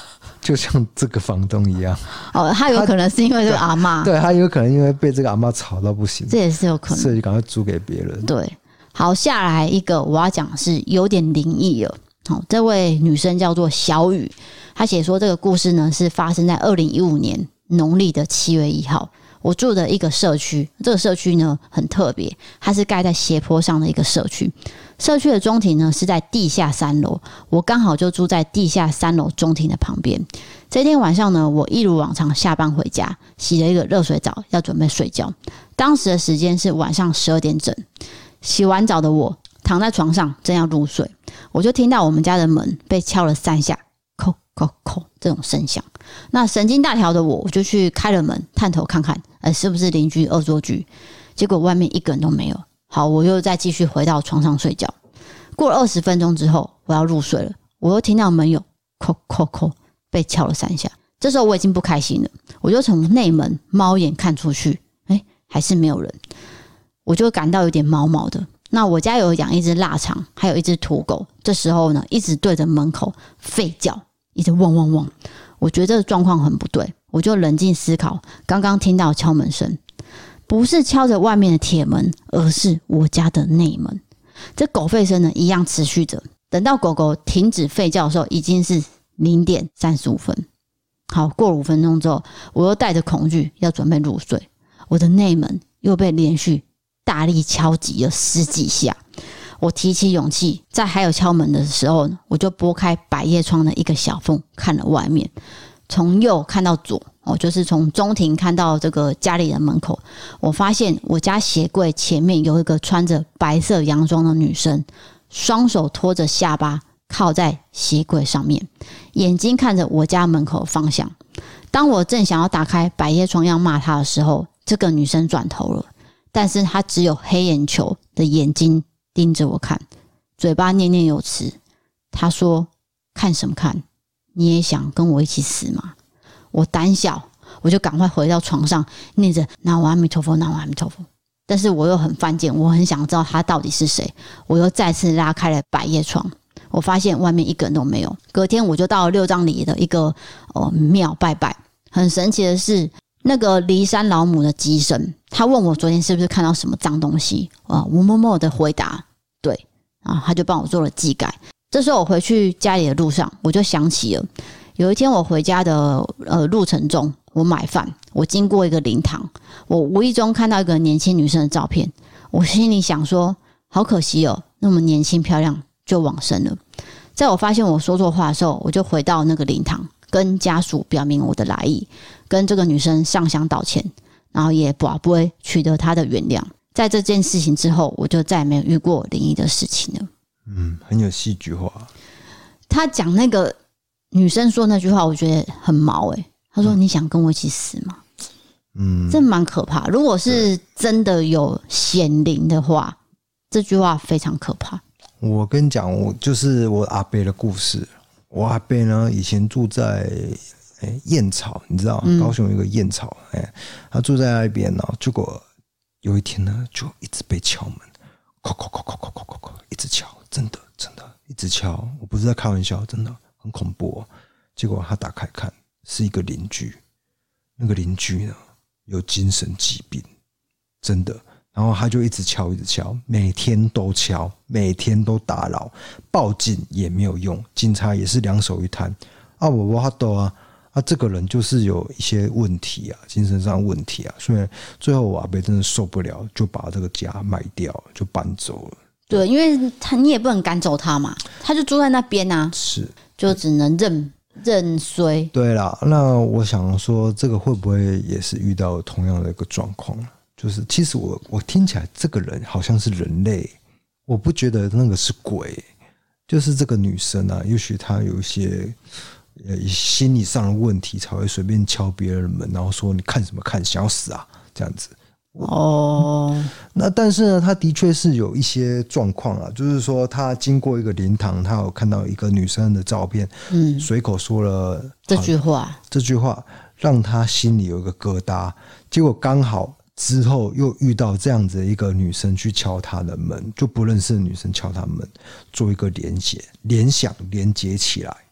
S2: 就像这个房东一样。
S1: 哦，他有可能是因为这个阿嬷，
S2: 对，他有可能因为被这个阿嬷吵到不行，
S1: 这也是有可能，
S2: 所以就赶快租给别人。
S1: 对，好，下来一个我要讲是有点灵异了。好、哦，这位女生叫做小雨，她写说这个故事呢是发生在二零一五年农历的七月一号。我住的一个社区，这个社区呢很特别，它是盖在斜坡上的一个社区。社区的中庭呢是在地下三楼，我刚好就住在地下三楼中庭的旁边。这天晚上呢，我一如往常下班回家，洗了一个热水澡，要准备睡觉。当时的时间是晚上十二点整。洗完澡的我躺在床上正要入睡，我就听到我们家的门被敲了三下，叩叩叩这种声响。那神经大条的我，我就去开了门，探头看看，呃，是不是邻居恶作剧？结果外面一个人都没有。好，我又再继续回到床上睡觉。过了二十分钟之后，我要入睡了，我又听到门有叩叩叩被敲了三下。这时候我已经不开心了，我就从内门猫眼看出去，哎，还是没有人，我就感到有点毛毛的。那我家有养一只腊肠，还有一只土狗，这时候呢，一直对着门口吠叫，一直汪汪汪。我觉得这个状况很不对，我就冷静思考，刚刚听到敲门声，不是敲着外面的铁门，而是我家的内门。这狗吠声呢，一样持续着。等到狗狗停止吠叫的时候，已经是零点三十五分。好，过了五分钟之后，我又带着恐惧要准备入睡，我的内门又被连续大力敲击了十几下。我提起勇气，在还有敲门的时候呢，我就拨开百叶窗的一个小缝，看了外面，从右看到左，哦，就是从中庭看到这个家里的门口。我发现我家鞋柜前面有一个穿着白色洋装的女生，双手托着下巴，靠在鞋柜上面，眼睛看着我家门口的方向。当我正想要打开百叶窗要骂她的时候，这个女生转头了，但是她只有黑眼球的眼睛盯着我看，嘴巴念念有词。她说：“看什么看？你也想跟我一起死吗？”我胆小，我就赶快回到床上，念着“南无阿弥陀佛，南无阿弥陀佛”。但是我又很犯贱，我很想知道他到底是谁。我又再次拉开了百叶窗，我发现外面一个人都没有。隔天我就到了六张里的一个呃庙拜拜。很神奇的是，那个骊山老母的乩身，他问我昨天是不是看到什么脏东西啊？我默默的回答对，啊，他就帮我做了祭改。这时候我回去家里的路上，我就想起了有一天我回家的呃路程中，我买饭，我经过一个灵堂，我无意中看到一个年轻女生的照片，我心里想说，好可惜哦，那么年轻漂亮就往生了。在我发现我说错话的时候，我就回到那个灵堂，跟家属表明我的来意，跟这个女生上香道歉，然后也跋杯取得她的原谅。在这件事情之后，我就再也没有遇过灵异的事情了。
S2: 嗯，很有戏剧化。
S1: 他讲那个女生说那句话，我觉得很毛诶、欸。他说：“你想跟我一起死吗？”嗯，这蛮可怕。如果是真的有显灵的话，这句话非常可怕。
S2: 我跟你讲，我就是我阿伯的故事。我阿伯呢，以前住在诶燕巢，你知道，高雄有一个燕巢，哎、嗯，他住在那边呢。结果有一天呢，就一直被敲门，叩叩叩叩叩叩叩叩，一直敲，真的真的一直敲。我不是在开玩笑，真的很恐怖、哦。结果他打开看，是一个邻居，那个邻居呢有精神疾病，真的。然后他就一直敲，一直敲，每天都敲，每天都打扰，报警也没有用，警察也是两手一摊啊，我我都啊啊，这个人就是有一些问题啊，精神上的问题啊，所以最后我阿伯真的受不了，就把这个家卖掉，就搬走了。
S1: 对，因为他你也不能赶走他嘛，他就住在那边啊，
S2: 是，
S1: 就只能认认衰。
S2: 对啦，那我想说，这个会不会也是遇到同样的一个状况？就是其实我我听起来这个人好像是人类，我不觉得那个是鬼。就是这个女生啊，也许她有一些呃心理上的问题，才会随便敲别人的门，然后说你看什么看，想要死啊这样子。哦，那但是呢，他的确是有一些状况啊，就是说他经过一个灵堂，他有看到一个女生的照片，嗯，随口说了
S1: 这句话，
S2: 这句话让他心里有一个疙瘩，结果刚好。之后又遇到这样子的一个女生去敲他的门，就不认识的女生敲他门，做一个连结、联想、连结起来，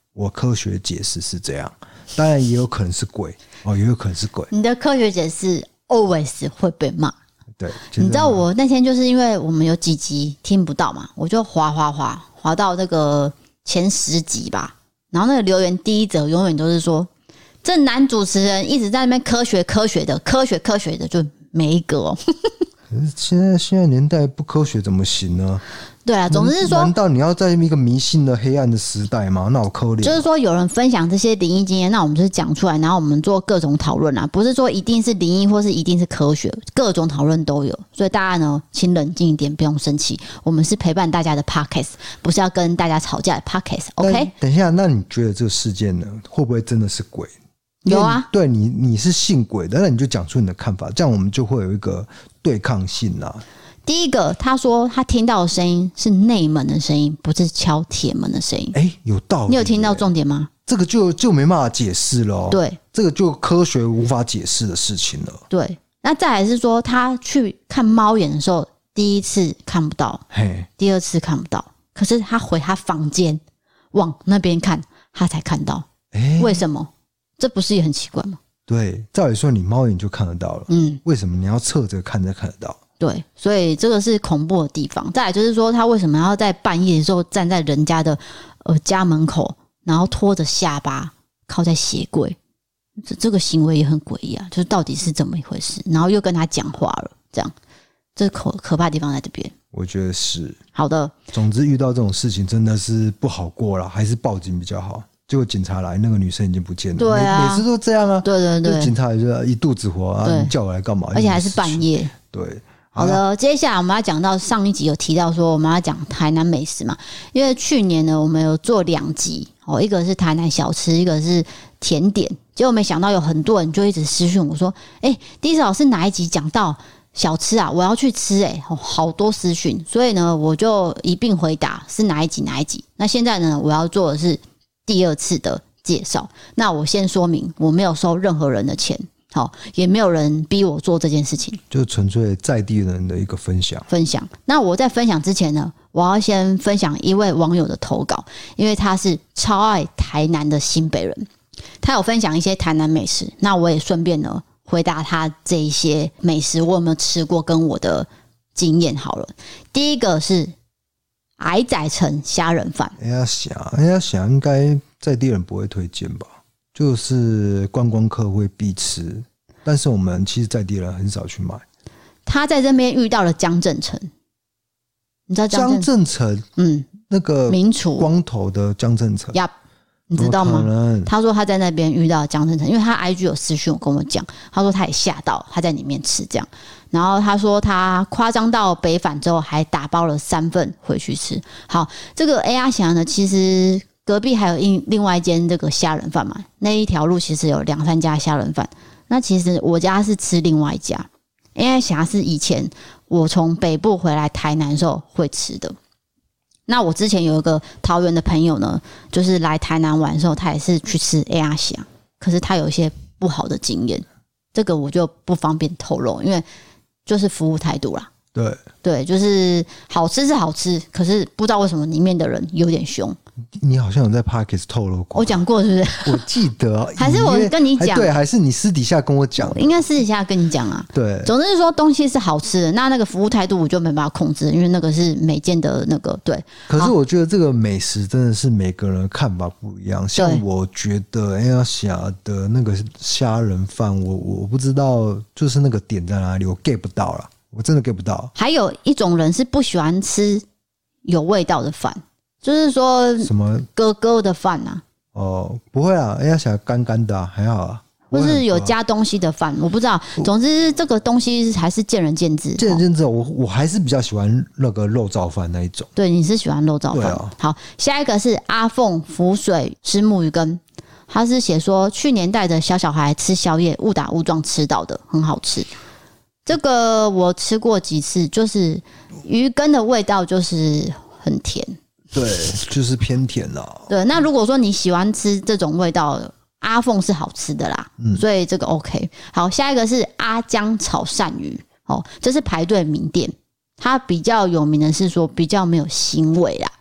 S2: 我科学解释是这样，当然也有可能是鬼哦，也有可能是鬼。
S1: 你的科学解释 always 会被骂。
S2: 对，
S1: 你知道我那天就是因为我们有几集听不到嘛，我就滑滑滑滑到那个前十集吧，然后那个留言第一则永远都是说，这男主持人一直在那边科学科学的科学科学的，就没一个哦。
S2: 可是现在现在年代不科学怎么行呢？
S1: 对啊，总之是说，
S2: 难道你要在一个迷信的黑暗的时代吗？那我可怜。
S1: 就是说，有人分享这些灵异经验，那我们就是讲出来，然后我们做各种讨论啊，不是说一定是灵异或是一定是科学，各种讨论都有。所以大家呢，请冷静一点，不用生气。我们是陪伴大家的 podcast， 不是要跟大家吵架的 podcast。OK？
S2: 等一下，那你觉得这个事件呢，会不会真的是鬼？
S1: 有啊，
S2: 对你你是信鬼的，那你就讲出你的看法，这样我们就会有一个对抗性啊。
S1: 第一个，他说他听到的声音是内门的声音，不是敲铁门的声音。
S2: 哎、欸，有道理。
S1: 你有听到重点吗？
S2: 这个就就没办法解释了、哦。
S1: 对，
S2: 这个就科学无法解释的事情了。
S1: 对，那再来是说，他去看猫眼的时候，第一次看不到，
S2: 嘿，
S1: 第二次看不到，可是他回他房间往那边看，他才看到。
S2: 欸、
S1: 为什么？这不是也很奇怪吗？
S2: 对，照理说你猫眼就看得到了，
S1: 嗯，
S2: 为什么你要侧着看才看得到？
S1: 对，所以这个是恐怖的地方。再来就是说，他为什么要在半夜的时候站在人家的呃家门口，然后拖着下巴靠在鞋柜？这这个行为也很诡异啊！就是到底是怎么一回事？然后又跟他讲话了，这样，这可可怕的地方在这边。
S2: 我觉得是
S1: 好的。
S2: 总之遇到这种事情真的是不好过了，还是报警比较好。结果警察来，那个女生已经不见了。
S1: 对啊，
S2: 每, 每次都这样啊。
S1: 对对对，
S2: 警察就一肚子火啊，你叫我来干嘛？
S1: 而且还是半夜。
S2: 对。
S1: 好的，接下来我们要讲到上一集有提到说我们要讲台南美食嘛，因为去年呢我们有做两集哦，一个是台南小吃，一个是甜点，结果没想到有很多人就一直私讯我说，哎、欸，第一老师哪一集讲到小吃啊，我要去吃。哎、欸哦，好多私讯，所以呢我就一并回答是哪一集哪一集。那现在呢我要做的是第二次的介绍，那我先说明我没有收任何人的钱，好，也没有人逼我做这件事情，
S2: 就纯粹在地人的一个分享。
S1: 分享。那我在分享之前呢，我要先分享一位网友的投稿，因为他是超爱台南的新北人，他有分享一些台南美食，那我也顺便呢回答他这一些美食我有没有吃过跟我的经验好了。第一个是矮仔城虾仁饭，
S2: 人家想，人家想应该在地人不会推荐吧？就是观光客会必吃，但是我们其实在地人很少去买。
S1: 他在这边遇到了江正成，你知道江
S2: 正江正成？嗯，那个
S1: 名厨
S2: 光头的江正成
S1: 呀，你知道吗？他说他在那边遇到江正成，因为他 I G 有私讯我跟我讲，他说他也吓到，他在里面吃这样，然后他说他夸张到北返之后还打包了三份回去吃。好，这个 A R 峡呢，其实隔壁还有另外一间这个虾仁饭嘛，那一条路其实有两三家虾仁饭。那其实我家是吃另外一家，因为峡是以前我从北部回来台南的时候会吃的。那我之前有一个桃园的朋友呢，就是来台南玩的时候，他也是去吃 A R 峡，可是他有一些不好的经验，这个我就不方便透露，因为就是服务态度啦。
S2: 对
S1: 对，就是好吃是好吃，可是不知道为什么里面的人有点凶。
S2: 你好像有在 Podcast 透露过，
S1: 我讲过是不是？
S2: 我记得，
S1: 还是我跟你讲？
S2: 对，还是你私底下跟我讲？
S1: 应该私底下跟你讲啊。
S2: 对，
S1: 总之是说东西是好吃的，那那个服务态度我就没办法控制，因为那个是每件的那个对。
S2: 可是我觉得这个美食真的是每个人的看法不一样。像我觉得 A R 峡的那个虾仁饭，我我不知道就是那个点在哪里，我 get 不到啦。我真的 get 不到。
S1: 还有一种人是不喜欢吃有味道的饭，就是说
S2: 什么
S1: 咯咯的饭啊？
S2: 哦，不会啊，哎呀，想干干的、啊、还好啊。
S1: 或是有加东西的饭，我不知道。总之，这个东西还是见仁见智。
S2: 见仁见智，我我还是比较喜欢那个肉燥饭那一种。
S1: 对，你是喜欢肉燥饭、啊。好，下一个是阿凤浮水吃木鱼羹，他是写说去年带着小小孩吃宵夜，误打误撞吃到的，很好吃。这个我吃过几次，就是鱼羹的味道就是很甜，
S2: 对，就是偏甜啦。
S1: 对，那如果说你喜欢吃这种味道的，阿凤是好吃的啦，嗯，所以这个 OK。好，下一个是阿江炒鳝鱼，哦，这是排队名店，它比较有名的是说比较没有腥味啦，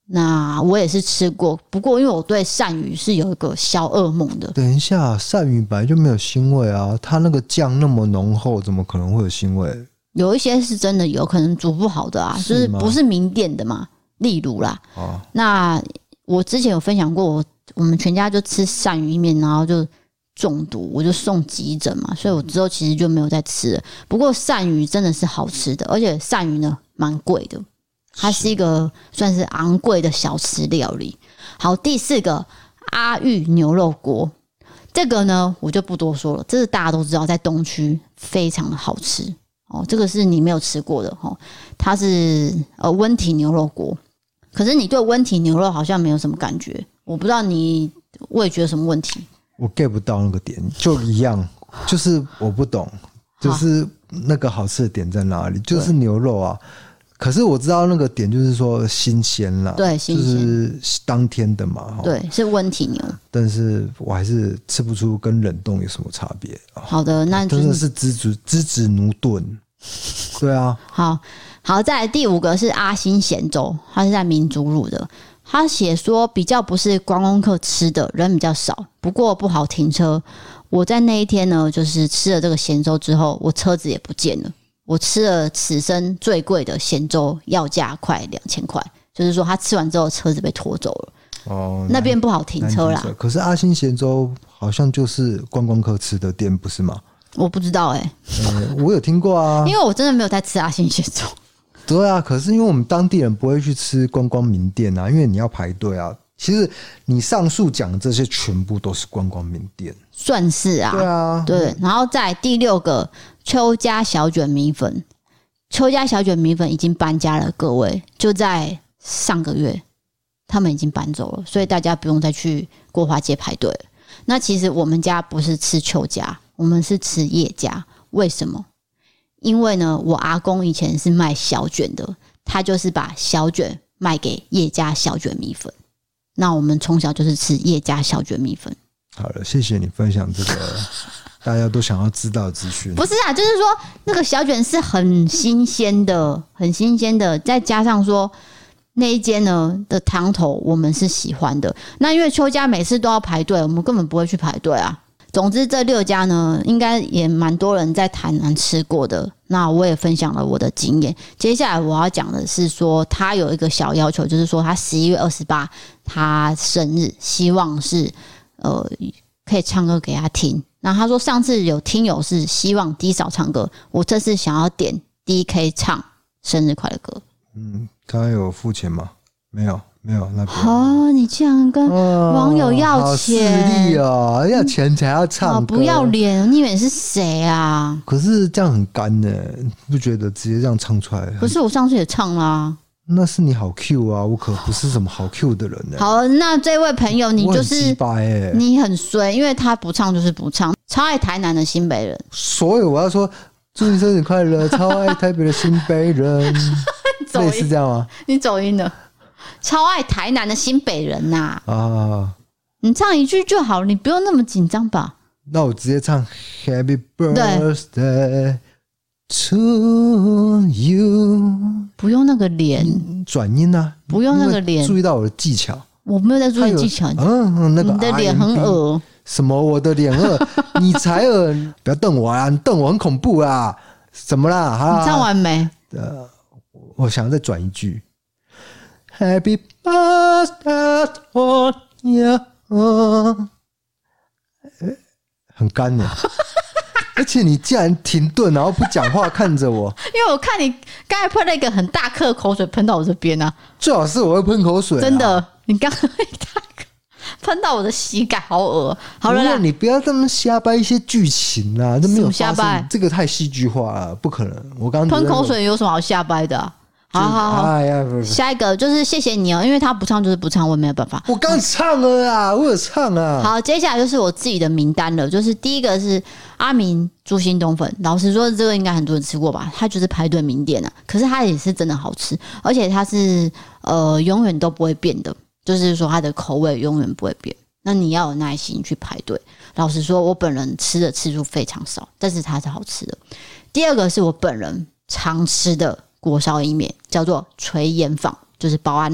S1: 那我也是吃过，不过因为我对鳝鱼是有一个小噩梦的。
S2: 等一下，鳝鱼本来就没有腥味啊，它那个酱那么浓厚，怎么可能会有腥味？
S1: 有一些是真的有可能煮不好的啊，
S2: 是
S1: 就是不是名店的嘛，例如啦。
S2: 哦，
S1: 那我之前有分享过，我我们全家就吃鳝鱼面，然后就中毒，我就送急诊嘛，所以我之后其实就没有再吃了。不过鳝鱼真的是好吃的，而且鳝鱼呢蛮贵的。它是一个算是昂贵的小吃料理。好，第四个阿裕牛肉锅，这个呢我就不多说了，这是大家都知道，在东区非常的好吃哦。这个是你没有吃过的哦，它是呃温体牛肉锅。可是你对温体牛肉好像没有什么感觉，我不知道你味觉有什么问题。
S2: 我 get 不到那个点，就一样，就是我不懂，就是那个好吃的点在哪里？就是牛肉啊。可是我知道那个点就是说新鲜啦，
S1: 对，新鲜
S2: 就是当天的嘛，
S1: 对，是温体牛。
S2: 但是我还是吃不出跟冷冻有什么差别。
S1: 好的，那就是、
S2: 真的是资质资质驽钝。对啊，
S1: 好好，再来第五个是阿新咸粥，它是在民族路的。他写说比较不是观光客吃的，人比较少，不过不好停车。我在那一天呢，就是吃了这个咸粥之后，我车子也不见了。我吃了此生最贵的咸粥，要价快两千块，就是说他吃完之后车子被拖走了。哦，那边不好停车啦。
S2: 可是阿新咸粥好像就是观光客吃的店，不是吗？
S1: 我不知道哎、欸
S2: 嗯，我有听过啊，
S1: 因为我真的没有在吃阿新咸粥。
S2: 对啊，可是因为我们当地人不会去吃观光名店啊，因为你要排队啊。其实你上述讲的这些全部都是观光名店，
S1: 算是啊，
S2: 对啊，
S1: 对。然后在第六个邱家小卷米粉，邱家小卷米粉已经搬家了，各位，就在上个月他们已经搬走了，所以大家不用再去国华街排队了。那其实我们家不是吃邱家，我们是吃叶家，为什么？因为呢，我阿公以前是卖小卷的，他就是把小卷卖给叶家小卷米粉。那我们从小就是吃叶家小卷米粉。
S2: 好了，谢谢你分享这个大家都想要知道的资讯。
S1: 不是啊，就是说那个小卷是很新鲜的，很新鲜的，再加上说那一间呢的汤头我们是喜欢的。那因为邱家每次都要排队，我们根本不会去排队啊。总之这六家呢，应该也蛮多人在台南吃过的。那我也分享了我的经验。接下来我要讲的是说，他有一个小要求，就是说他十一月二十八他生日，希望是呃可以唱歌给他听。那他说上次有听友是希望 D 嫂唱歌，我这次想要点 D K 唱生日快乐歌。
S2: 嗯，他有付钱吗？没有。没有，那边
S1: 哦，你竟然跟网友要钱，哦、好
S2: 势利哦，要钱才要唱歌，
S1: 不要脸！你以为是谁啊？
S2: 可是这样很干呢，不觉得直接这样唱出来？
S1: 不是，我上次也唱啦、啊。
S2: 那是你好 Q 啊，我可不是什么好 Q 的人呢。
S1: 好，那这位朋友，你就是
S2: 很欸、
S1: 你很衰，因为他不唱就是不唱，超爱台南的新北人。
S2: 所以我要说，祝你生日快乐，超爱台北的新北人，类似这样吗？
S1: 你走音了。超爱台南的新北人呐、啊！
S2: 啊，
S1: 你唱一句就好，你不用那么紧张吧？
S2: 那我直接唱 Happy Birthday to you，
S1: 不用那个脸
S2: 转音啊，
S1: 不用那个脸，
S2: 注意到我的技巧，
S1: 我没有在注意技巧。
S2: 嗯，那个 R M B，
S1: 你的脸很恶，
S2: 什么？我的脸恶？你才恶！不要瞪我啊！你瞪我很恐怖啊！怎么啦？哈，
S1: 你唱完没？
S2: 呃，我想要再转一句。Happy birthday to you， 很干呢，而且你竟然停顿，然后不讲话看着我，
S1: 因为我看你刚才喷了一个很大颗的口水喷到我这边啊，
S2: 最好是我会喷口水、啊，
S1: 真的，你刚刚一大颗喷到我的膝盖，好恶。好了啦，
S2: 你不要这么瞎掰一些剧情啊，这没有
S1: 瞎掰，
S2: 这个太戏剧化了，不可能。我刚
S1: 喷口水有什么好瞎掰的、啊？好好好，
S2: 哎呀，
S1: 下一个就是谢谢你哦，因为他不唱就是不唱，我也没有办法。
S2: 我刚唱了啊，我有唱啊。
S1: 好，接下来就是我自己的名单了，就是第一个是阿明猪心冬粉，老实说这个应该很多人吃过吧，它就是排队名店啊，可是它也是真的好吃，而且它是呃永远都不会变的，就是说它的口味永远不会变。那你要有耐心去排队。老实说，我本人吃的次数非常少，但是它是好吃的。第二个是我本人常吃的锅烧意面，叫做垂盐坊，就是保安路。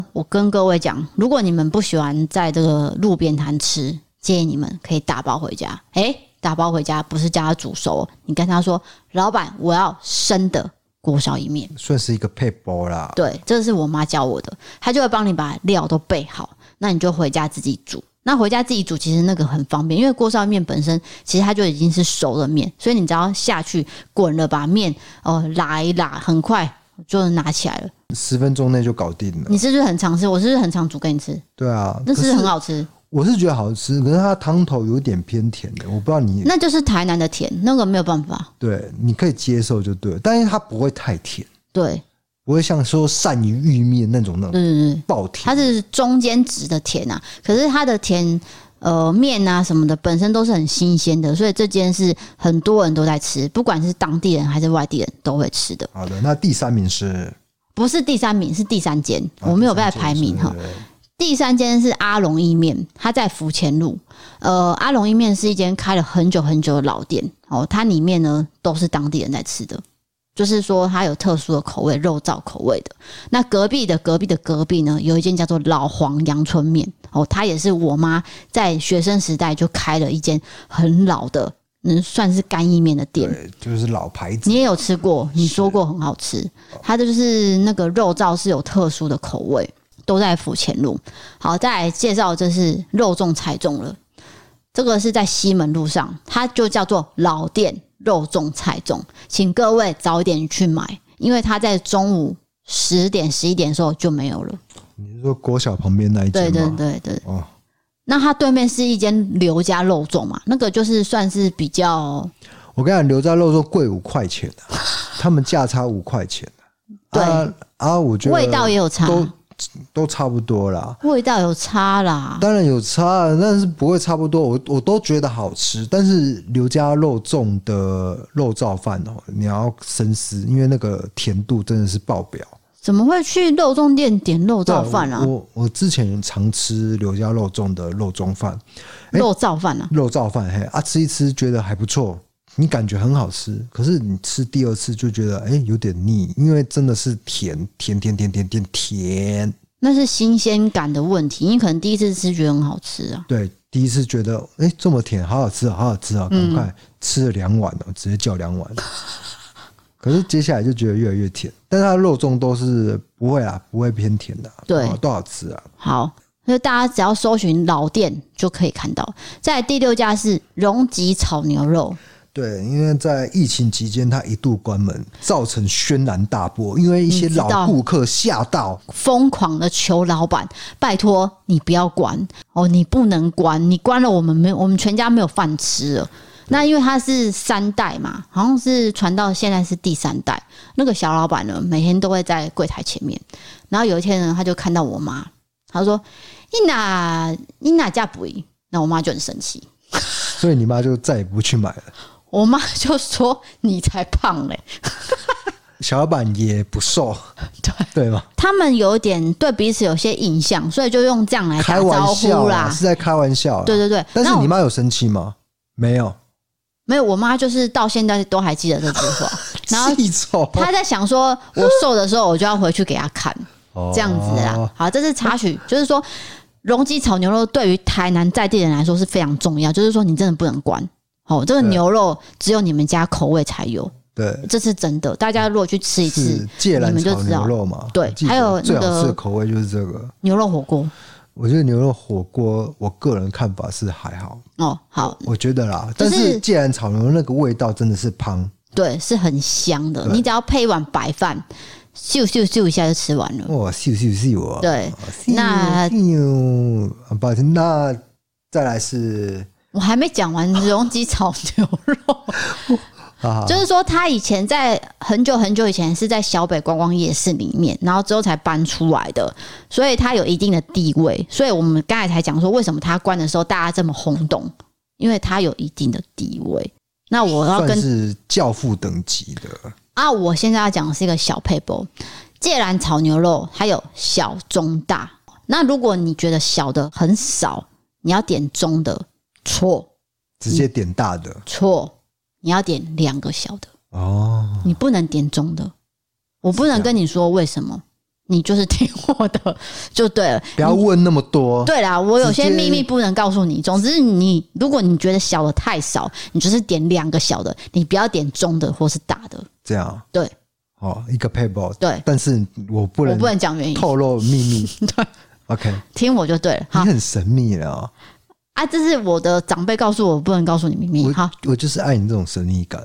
S1: 我跟各位讲，如果你们不喜欢在这个路边摊吃，建议你们可以打包回家。诶，打包回家不是叫他煮熟，你跟他说，老板，我要生的锅烧意面，
S2: 算是一个配包啦。
S1: 对，这是我妈教我的，她就会帮你把料都备好，那你就回家自己煮。那回家自己煮，其实那个很方便，因为锅烧面本身其实它就已经是熟的面，所以你只要下去滚了，把面哦拉一拉，很快就拿起来了，
S2: 十分钟内就搞定了。
S1: 你是不是很常吃？我是不是很常煮给你吃？
S2: 对啊，
S1: 那是不是很好吃？
S2: 我是觉得好吃，可是它汤头有点偏甜的，我不知道你
S1: 那就是台南的甜，那个没有办法。
S2: 对，你可以接受就对了，但是它不会太甜，
S1: 对，
S2: 不会像说鳝鱼玉面那种那种
S1: 对对对，
S2: 爆甜，
S1: 它是中间值的甜啊，可是它的甜呃面啊什么的本身都是很新鲜的，所以这间是很多人都在吃，不管是当地人还是外地人都会吃的。
S2: 好的，那第三名是
S1: 不是第三名，是第三间，
S2: 啊
S1: 我没有在排名哈。第三间是阿龙意面，它在福前路。呃，阿龙意面是一间开了很久很久的老店哦，它里面呢都是当地人在吃的，就是说它有特殊的口味，肉燥口味的。那隔壁的隔壁的隔壁呢，有一间叫做老黄阳春面哦，它也是我妈在学生时代就开了一间很老的，嗯，算是干意面的店。
S2: 对，就是老牌子。
S1: 你也有吃过，你说过很好吃。它的就是那个肉燥是有特殊的口味。都在府前路。好，再来介绍，这是肉粽菜粽了。这个是在西门路上，它就叫做老店肉粽菜粽，请各位早一点去买，因为它在中午十点、十一点的时候就没有了。
S2: 你是说国小旁边那一间吗？
S1: 对对对对。
S2: 哦，
S1: 那它对面是一间刘家肉粽嘛，那个就是算是比较……
S2: 我跟你讲，刘家肉粽贵五块钱、啊、他们价差五块钱、啊。
S1: 对
S2: 啊, 啊，我觉得
S1: 味道也有差。
S2: 都都差不多啦，
S1: 味道有差啦，
S2: 当然有差，但是不会差不多。我我都觉得好吃，但是刘家肉粽的肉燥饭哦，你要深思，因为那个甜度真的是爆表。
S1: 怎么会去肉粽店点肉燥饭啊？
S2: 我我之前常吃刘家肉粽的肉粽饭，
S1: 肉燥饭啊，
S2: 肉燥饭嘿啊，吃一吃觉得还不错。你感觉很好吃，可是你吃第二次就觉得哎、欸、有点腻，因为真的是甜甜甜甜甜甜甜，
S1: 那是新鲜感的问题。你可能第一次吃觉得很好吃啊，
S2: 对，第一次觉得哎、欸、这么甜，好好吃啊，好好吃啊，赶快、嗯、吃了两碗哦，直接叫两碗。可是接下来就觉得越来越甜，但是它的肉粽都是不会啦，不会偏甜的、啊，
S1: 对，
S2: 都好吃啊。
S1: 好。所以大家只要搜寻老店就可以看到。再来第六家是荣吉炒牛肉。
S2: 对，因为在疫情期间，它一度关门，造成轩然大波。因为一些老顾客吓到，
S1: 疯狂的求老板，拜托你不要关哦，你不能关，你关了我们没有，我们全家没有饭吃了。那因为他是三代嘛，好像是传到现在是第三代。那个小老板呢，每天都会在柜台前面，然后有一天呢，他就看到我妈，他说：“你哪你哪家不？”那我妈就很生气，
S2: 所以你妈就再也不去买了。
S1: 我妈就说：“你才胖嘞！”
S2: 小老板也不瘦，
S1: 对
S2: 对吗？
S1: 他们有点对彼此有些印象，所以就用这样来打招呼啦。
S2: 是在开玩笑，
S1: 对对对。
S2: 但是你妈有生气吗？没有，
S1: 没有。我妈就是到现在都还记得这句话。然后她在想说，我瘦的时候我就要回去给她看，这样子啦。好，这是插曲，就是说，荣基炒牛肉对于台南在地人来说是非常重要，就是说你真的不能关。哦，这个牛肉只有你们家口味才有，
S2: 对，
S1: 这是真的。大家如果去吃一次，
S2: 芥兰炒牛肉嘛，
S1: 对，还有那个
S2: 最好吃的口味就是这个
S1: 牛肉火锅。
S2: 我觉得牛肉火锅，我个人看法是还好
S1: 哦，好，
S2: 我觉得啦，但是芥兰炒牛肉那个味道真的是香，
S1: 对，是很香的。你只要配一碗白饭，咻咻咻一下就吃完了。
S2: 哇，咻咻咻啊！对，
S1: 那
S2: 抱歉，那再来是。
S1: 我还没讲完荣基炒牛肉，就是说他以前在很久很久以前是在小北观光夜市里面，然后之后才搬出来的，所以他有一定的地位。所以我们刚才才讲说，为什么他关的时候大家这么轰动，因为他有一定的地位。那我要跟
S2: 算是教父等级的
S1: 啊！我现在要讲的是一个小配包，芥兰炒牛肉，还有小中大。那如果你觉得小的很少，你要点中的。错，
S2: 直接点大的。
S1: 错，你要点两个小的
S2: 哦，
S1: 你不能点中的。我不能跟你说为什么， 你就是听我的就对了，
S2: 不要问那么多。
S1: 对啦，我有些秘密不能告诉你。总之你，如果你觉得小的太少，你就是点两个小的，你不要点中的或是大的。
S2: 这样
S1: 对。
S2: 哦，一个 paper
S1: 对，
S2: 但是我不能
S1: 我不能讲原因，
S2: 透露秘密。
S1: 对
S2: ，OK，
S1: 听我就对了。
S2: 你很神秘了啊！
S1: 啊，这是我的长辈告诉我，不能告诉你秘密。好，
S2: 我就是爱你这种神秘感。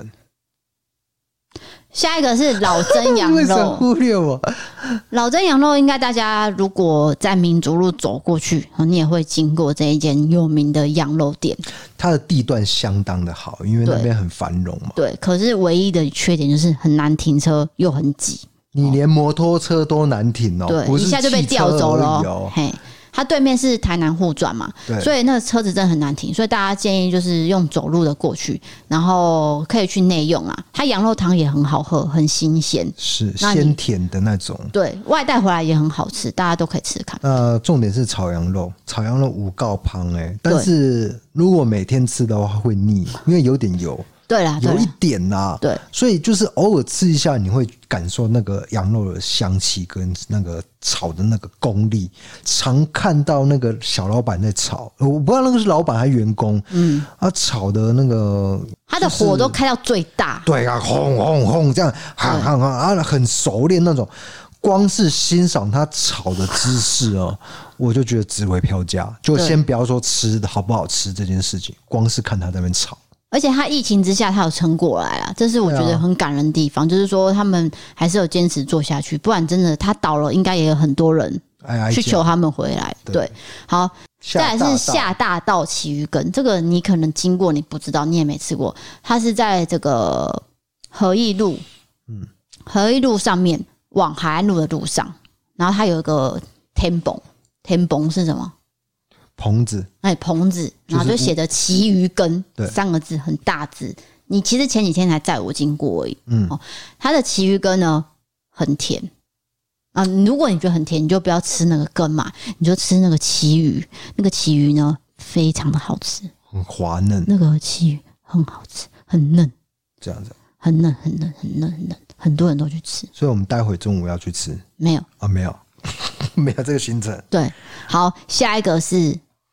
S1: 下一个是老曾羊肉，
S2: 为什么忽略我？
S1: 老曾羊肉应该大家如果在民族路走过去，你也会经过这一间有名的羊肉店。
S2: 它的地段相当的好，因为那边很繁荣嘛。
S1: 对，可是唯一的缺点就是很难停车，又很挤。
S2: 你连摩托车都难停哦，
S1: 对，
S2: 不是
S1: 一下就被调走了
S2: 哦。
S1: 嘿。它对面是台南护转嘛，所以那个车子真的很难停，所以大家建议就是用走路的过去，然后可以去内用啊。它羊肉汤也很好喝，很新鲜，
S2: 是鲜甜的那种。
S1: 对，外带回来也很好吃，大家都可以吃吃看。
S2: 呃，重点是炒羊肉，炒羊肉五告旁哎，但是如果每天吃的话会腻，因为有点油。
S1: 对啦，
S2: 有一点啦，
S1: 对，
S2: 所以就是偶尔吃一下，你会感受那个羊肉的香气跟那个炒的那个功力。常看到那个小老板在炒，我不知道那个是老板还是员工，嗯，啊，炒的那个、就是，
S1: 他的火都开到最大，
S2: 对啊，轰轰轰这样，哈哈哈啊，很熟练那种。光是欣赏他炒的姿势哦，我就觉得值回票价。就先不要说吃的好不好吃这件事情，光是看他在那边炒。
S1: 而且他疫情之下，他有撑过来啦，这是我觉得很感人的地方。啊、就是说，他们还是有坚持做下去，不然真的他倒了，应该也有很多人去求他们回来。对，对，好，再来是下大道旗鱼羹，这个你可能经过，你不知道，你也没吃过。它是在这个和义路，嗯，和义路上面往海岸路的路上，然后它有一个天棚，天棚是什么？
S2: 棚子，
S1: 哎，棚子，然后就写着“旗鱼羹”三个字，很大字。你其实前几天才载我经过而已。嗯，哦，它的旗鱼羹呢很甜啊。如果你觉得很甜，你就不要吃那个羹嘛，你就吃那个旗鱼。那个旗鱼呢，非常的好吃，
S2: 很滑嫩。那
S1: 个旗鱼很好吃，很嫩，
S2: 这样子，
S1: 很嫩，很嫩，很嫩，很嫩。很多人都去吃，
S2: 所以我们待会中午要去吃。
S1: 没有
S2: 啊，没有，没有这个行程。
S1: 对，好，下一个是。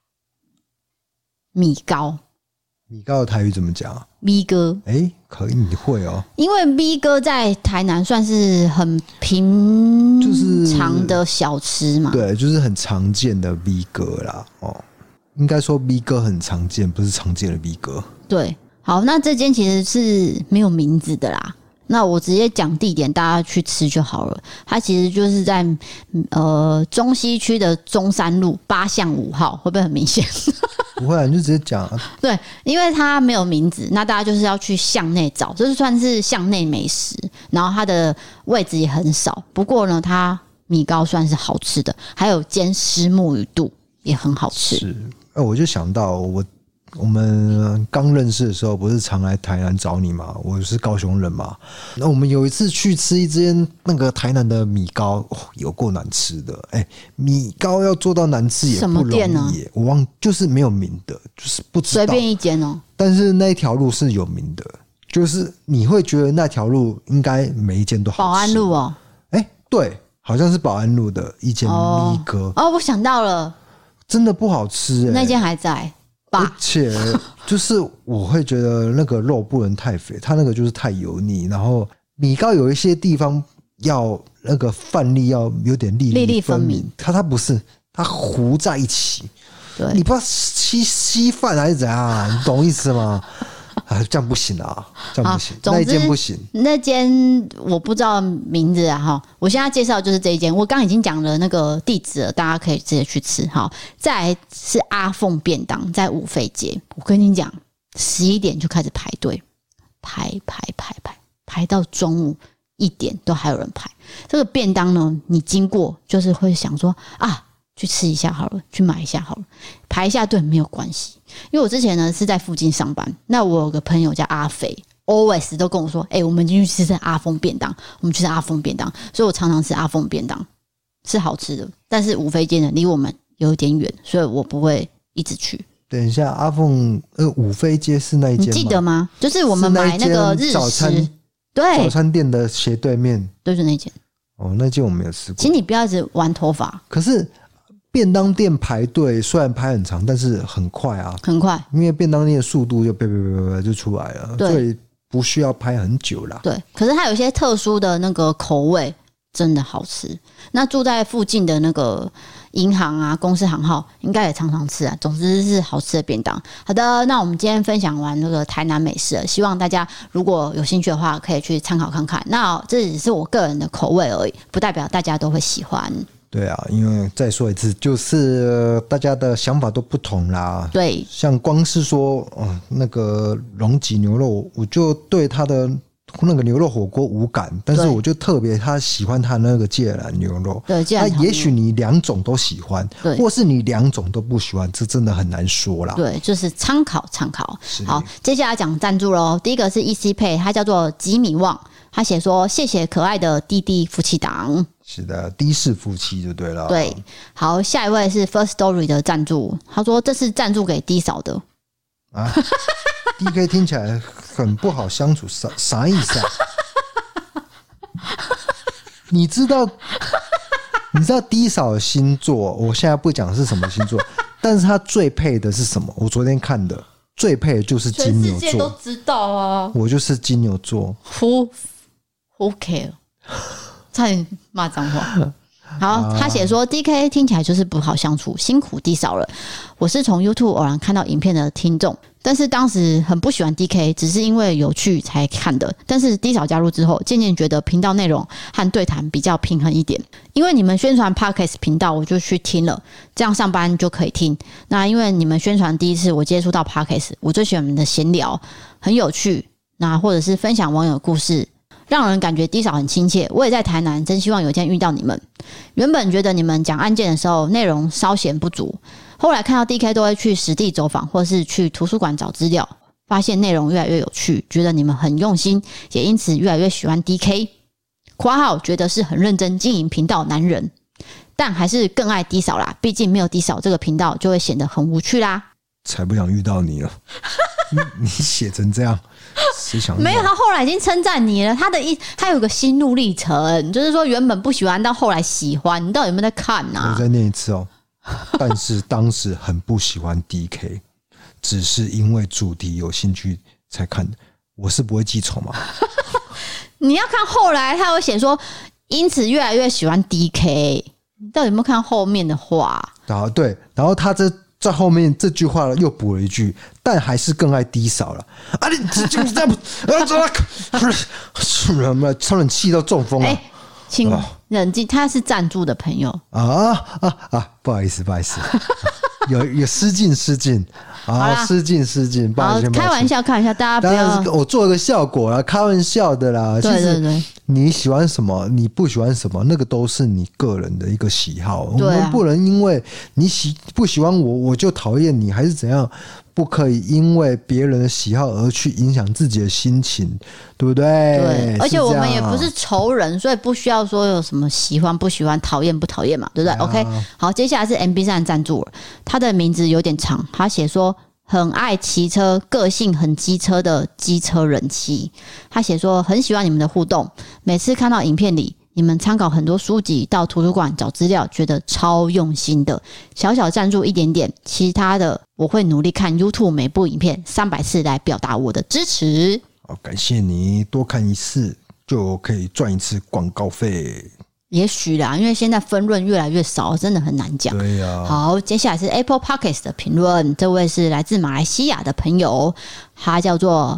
S1: 米糕，
S2: 米糕的台语怎么讲啊？
S1: 米哥，
S2: 哎、欸，可以，你会哦。
S1: 因为米哥在台南算是很平常的小吃嘛，
S2: 对，就是很常见的米哥啦。哦，应该说米哥很常见，不是常见的米哥。
S1: 对，好，那这间其实是没有名字的啦。那我直接讲地点，大家去吃就好了。它其实就是在呃中西区的中山路八巷五号，会不会很明显？
S2: 不会啊，你就直接讲啊。
S1: 对，因为它没有名字，那大家就是要去巷内找，这是算是巷内美食。然后它的位置也很少，不过呢，它米糕算是好吃的，还有煎虱目鱼肚也很好吃。
S2: 是，哎，我就想到我。我们刚认识的时候，不是常来台南找你嘛？我是高雄人嘛。那我们有一次去吃一间那个台南的米糕，哦、有够难吃的。哎、欸，米糕要做到难吃也不容易耶。什么店呢？我忘，就是没有名的，就是不知道。
S1: 随便一间哦。
S2: 但是那一条路是有名的，就是你会觉得那条路应该每一间都好吃。
S1: 保安路哦。
S2: 哎、欸，对，好像是保安路的一间米糕。
S1: 哦，哦，我想到了，
S2: 真的不好吃哎、欸。
S1: 那间还在。
S2: 而且就是我会觉得那个肉不能太肥，它那个就是太油腻。然后米糕有一些地方要那个饭粒要有点粒
S1: 粒
S2: 分明，它它不是，它糊在一起。
S1: 对，
S2: 你不知道稀稀饭还是怎样，你懂意思吗？啊，这样不行啊，这样不行，那一间不行。
S1: 那间我不知道名字啊，哈，我现在介绍就是这一间。我刚已经讲了那个地址了，大家可以直接去吃。好，再来是阿凤便当，在五费街。我跟你讲，十一点就开始排队，排排排排排到中午一点都还有人排。这个便当呢，你经过就是会想说啊。去吃一下好了，去买一下好了，排一下队没有关系。因为我之前呢是在附近上班，那我有个朋友叫阿肥 ，always 都跟我说，哎、欸，我们进去吃吃阿凤便当，我们去吃阿凤便当，所以我常常吃阿凤便当，是好吃的。但是五费街呢离我们有一点远，所以我不会一直去。
S2: 等一下，阿凤呃五费街是那一间吗？
S1: 你记得吗？就是我们买那个日食
S2: 早餐，
S1: 对，
S2: 早餐店的斜对面，
S1: 就是那间。
S2: 哦，那间我没有吃过。
S1: 请你不要一直玩头发。
S2: 可是便当店排队虽然排很长，但是很快啊，
S1: 很快，
S2: 因为便当店的速度就别别别别就出来了，所以不需要排很久啦。
S1: 对，可是它有一些特殊的那个口味，真的好吃。那住在附近的那个银行啊、公司行号，应该也常常吃啊。总之是好吃的便当。好的，那我们今天分享完那个台南美食了，希望大家如果有兴趣的话，可以去参考看看。那这只是我个人的口味而已，不代表大家都会喜欢。
S2: 对啊，因为再说一次，就是大家的想法都不同啦。
S1: 对，
S2: 像光是说，嗯，那个龙脊牛肉，我就对它的那个牛肉火锅无感，但是我就特别他喜欢他那个芥兰牛肉。
S1: 对，芥兰。
S2: 那也许你两种都喜欢，或是你两种都不喜欢，这真的很难说啦。
S1: 对，就是参考参考。好，接下来讲赞助喽。第一个是 E C Pay， 它叫做吉米旺，他写说谢谢可爱的弟弟夫妻档。
S2: 是的，的士夫妻就对了。
S1: 对，好，下一位是 First Story 的赞助，他说这是赞助给 D 嫂的
S2: 啊。D K 听起来很不好相处，啥啥意思啊？你知道，你知道 D 嫂的星座，我现在不讲是什么星座，但是他最配的是什么？我昨天看的最配的就是金牛座，
S1: 全世界都知道啊。
S2: 我就是金牛座。
S1: Who Who care？ 差点骂脏话。好，他写说 D K 听起来就是不好相处，辛苦 D 嫂了。我是从 YouTube 偶然看到影片的听众，但是当时很不喜欢 D K， 只是因为有趣才看的。但是 D 嫂加入之后，渐渐觉得频道内容和对谈比较平衡一点。因为你们宣传 Podcast 频道，我就去听了，这样上班就可以听。那因为你们宣传第一次我接触到 Podcast， 我最喜欢你们的闲聊，很有趣，那或者是分享网友故事，让人感觉 D 嫂很亲切。我也在台南，真希望有一天遇到你们。原本觉得你们讲案件的时候内容稍显不足，后来看到 D K 都会去实地走访，或是去图书馆找资料，发现内容越来越有趣，觉得你们很用心，也因此越来越喜欢 D K。括号觉得是很认真经营频道男人，但还是更爱 D 嫂啦，毕竟没有 D 嫂这个频道就会显得很无趣啦。
S2: 才不想遇到你了。你写成这样，谁想？
S1: 没有，他后来已经称赞你了。他的一，他有个心路历程，就是说原本不喜欢，到后来喜欢。你到底有没有在看啊？
S2: 我再念一次哦。但是当时很不喜欢 D K， 只是因为主题有兴趣才看的。我是不会记仇嘛？
S1: 你要看后来，他有写说，因此越来越喜欢 D K。你到底有没有看后面的话？
S2: 啊，对，然后他这。在后面这句话又补了一句，但还是更爱 D 嫂了啊！你这这这啊，怎么什么超人气到中风了？哎，
S1: 请冷静，他是赞助的朋友
S2: 啊啊啊！不好意思，不好意思，有有失敬失敬啊，失敬失敬，不好意思，
S1: 开玩笑，开玩笑，大家不要，
S2: 我做个效果啦，开玩笑的啦。
S1: 对对对。
S2: 你喜欢什么，你不喜欢什么，那个都是你个人的一个喜好。
S1: 对啊、
S2: 我们不能因为你喜不喜欢我，我就讨厌你，还是怎样？不可以因为别人的喜好而去影响自己的心情，对不对？
S1: 对，而且我们也不是仇人，所以不需要说有什么喜欢不喜欢、讨厌不讨厌嘛，对不对、啊、？OK， 好，接下来是 M B 三的赞助了，他的名字有点长，他写说。很爱骑车，个性很机车的机车人妻。他写说很喜欢你们的互动，每次看到影片里你们参考很多书籍，到图书馆找资料，觉得超用心的。小小赞助一点点，其他的我会努力看 YouTube 每部影片三百次来表达我的支持。
S2: 好，感谢你，多看一次就可以赚一次广告费。
S1: 也许啦，因为现在分润越来越少，真的很难讲。
S2: 对呀、啊。
S1: 好，接下来是 Apple Podcast 的评论，这位是来自马来西亚的朋友，他叫做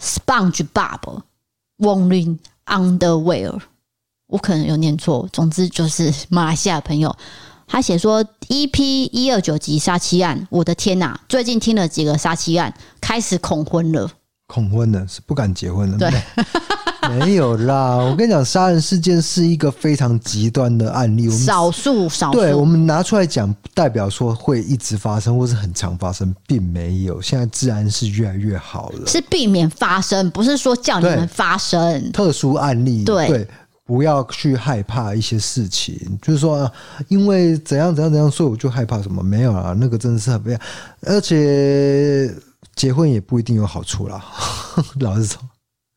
S1: SpongeBob Wonglin Underwear， 我可能有念错，总之就是马来西亚的朋友。他写说 E P 一二九集杀妻案，我的天哪！最近听了几个杀妻案，开始恐婚了。
S2: 恐婚了，是不敢结婚了。
S1: 对。
S2: 没有啦，我跟你讲，杀人事件是一个非常极端的案例，我们
S1: 少数少数，
S2: 对我们拿出来讲，代表说会一直发生或是很常发生，并没有。现在治安是越来越好了，
S1: 是避免发生，不是说叫你们发生
S2: 特殊案例。
S1: 对。
S2: 对，不要去害怕一些事情，就是说、啊、因为怎样怎样怎样，所以我就害怕什么？没有啦，那个真的是很不一样，而且结婚也不一定有好处啦，老实说。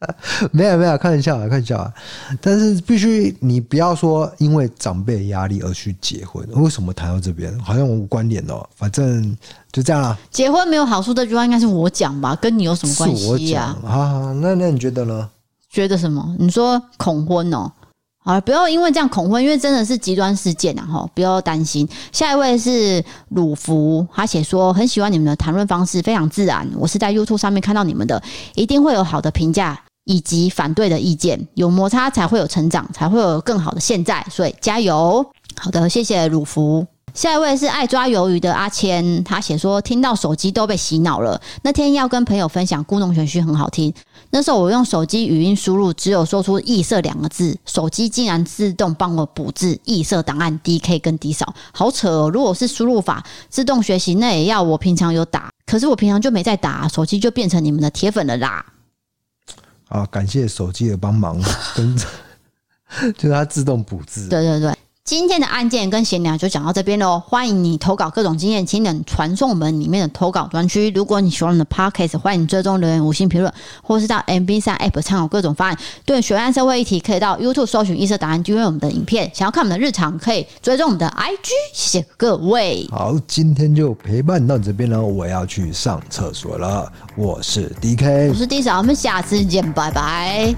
S2: 没有没有，开玩笑啊，开玩笑啊。但是必须你不要说因为长辈的压力而去结婚。为什么谈到这边好像无关联哦？反正就这样啦。
S1: 结婚没有好处这句话应该是我讲吧，跟你有什么关系呀、
S2: 啊？好好，那那你觉得呢？
S1: 觉得什么？你说恐婚哦？好了，不要因为这样恐婚，因为真的是极端事件啊！哈，不要担心。下一位是鲁福，他写说很喜欢你们的谈论方式，非常自然。我是在 YouTube 上面看到你们的，一定会有好的评价以及反对的意见，有摩擦才会有成长，才会有更好的现在，所以加油！好的，谢谢鲁福。下一位是爱抓鱿鱼的阿谦，他写说听到手机都被洗脑了。那天要跟朋友分享故弄玄虚很好听，那时候我用手机语音输入，只有说出异色两个字，手机竟然自动帮我补字异色档案 D K 跟 D 扫，好扯哦！如果是输入法自动学习，那也要我平常有打，可是我平常就没在打，手机就变成你们的铁粉了啦。
S2: 啊，感谢手机的帮忙，跟就是它自动补字。
S1: 对对对。今天的案件跟闲聊就讲到这边咯，欢迎你投稿各种经验，请你传送门里面的投稿专区。如果你喜欢我们的 Podcast， 欢迎追踪留言五星评论，或是到 M B 三 App 参考各种方案。对悬案社会议题，可以到 YouTube 搜寻异色档案，订阅我们的影片。想要看我们的日常，可以追踪我们的 I G。谢谢各位。
S2: 好，今天就陪伴到这边了，我要去上厕所了。我是 D K，
S1: 我是 D 嫂，我们下次见，拜拜。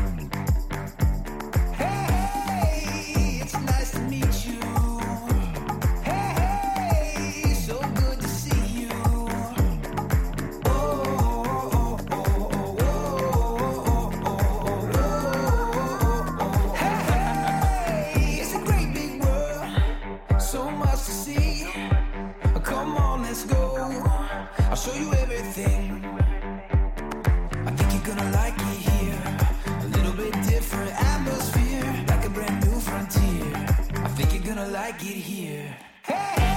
S3: Show you everything. I think you're gonna like it here. A little bit different atmosphere, like a brand new frontier. I think you're gonna like it here. Hey!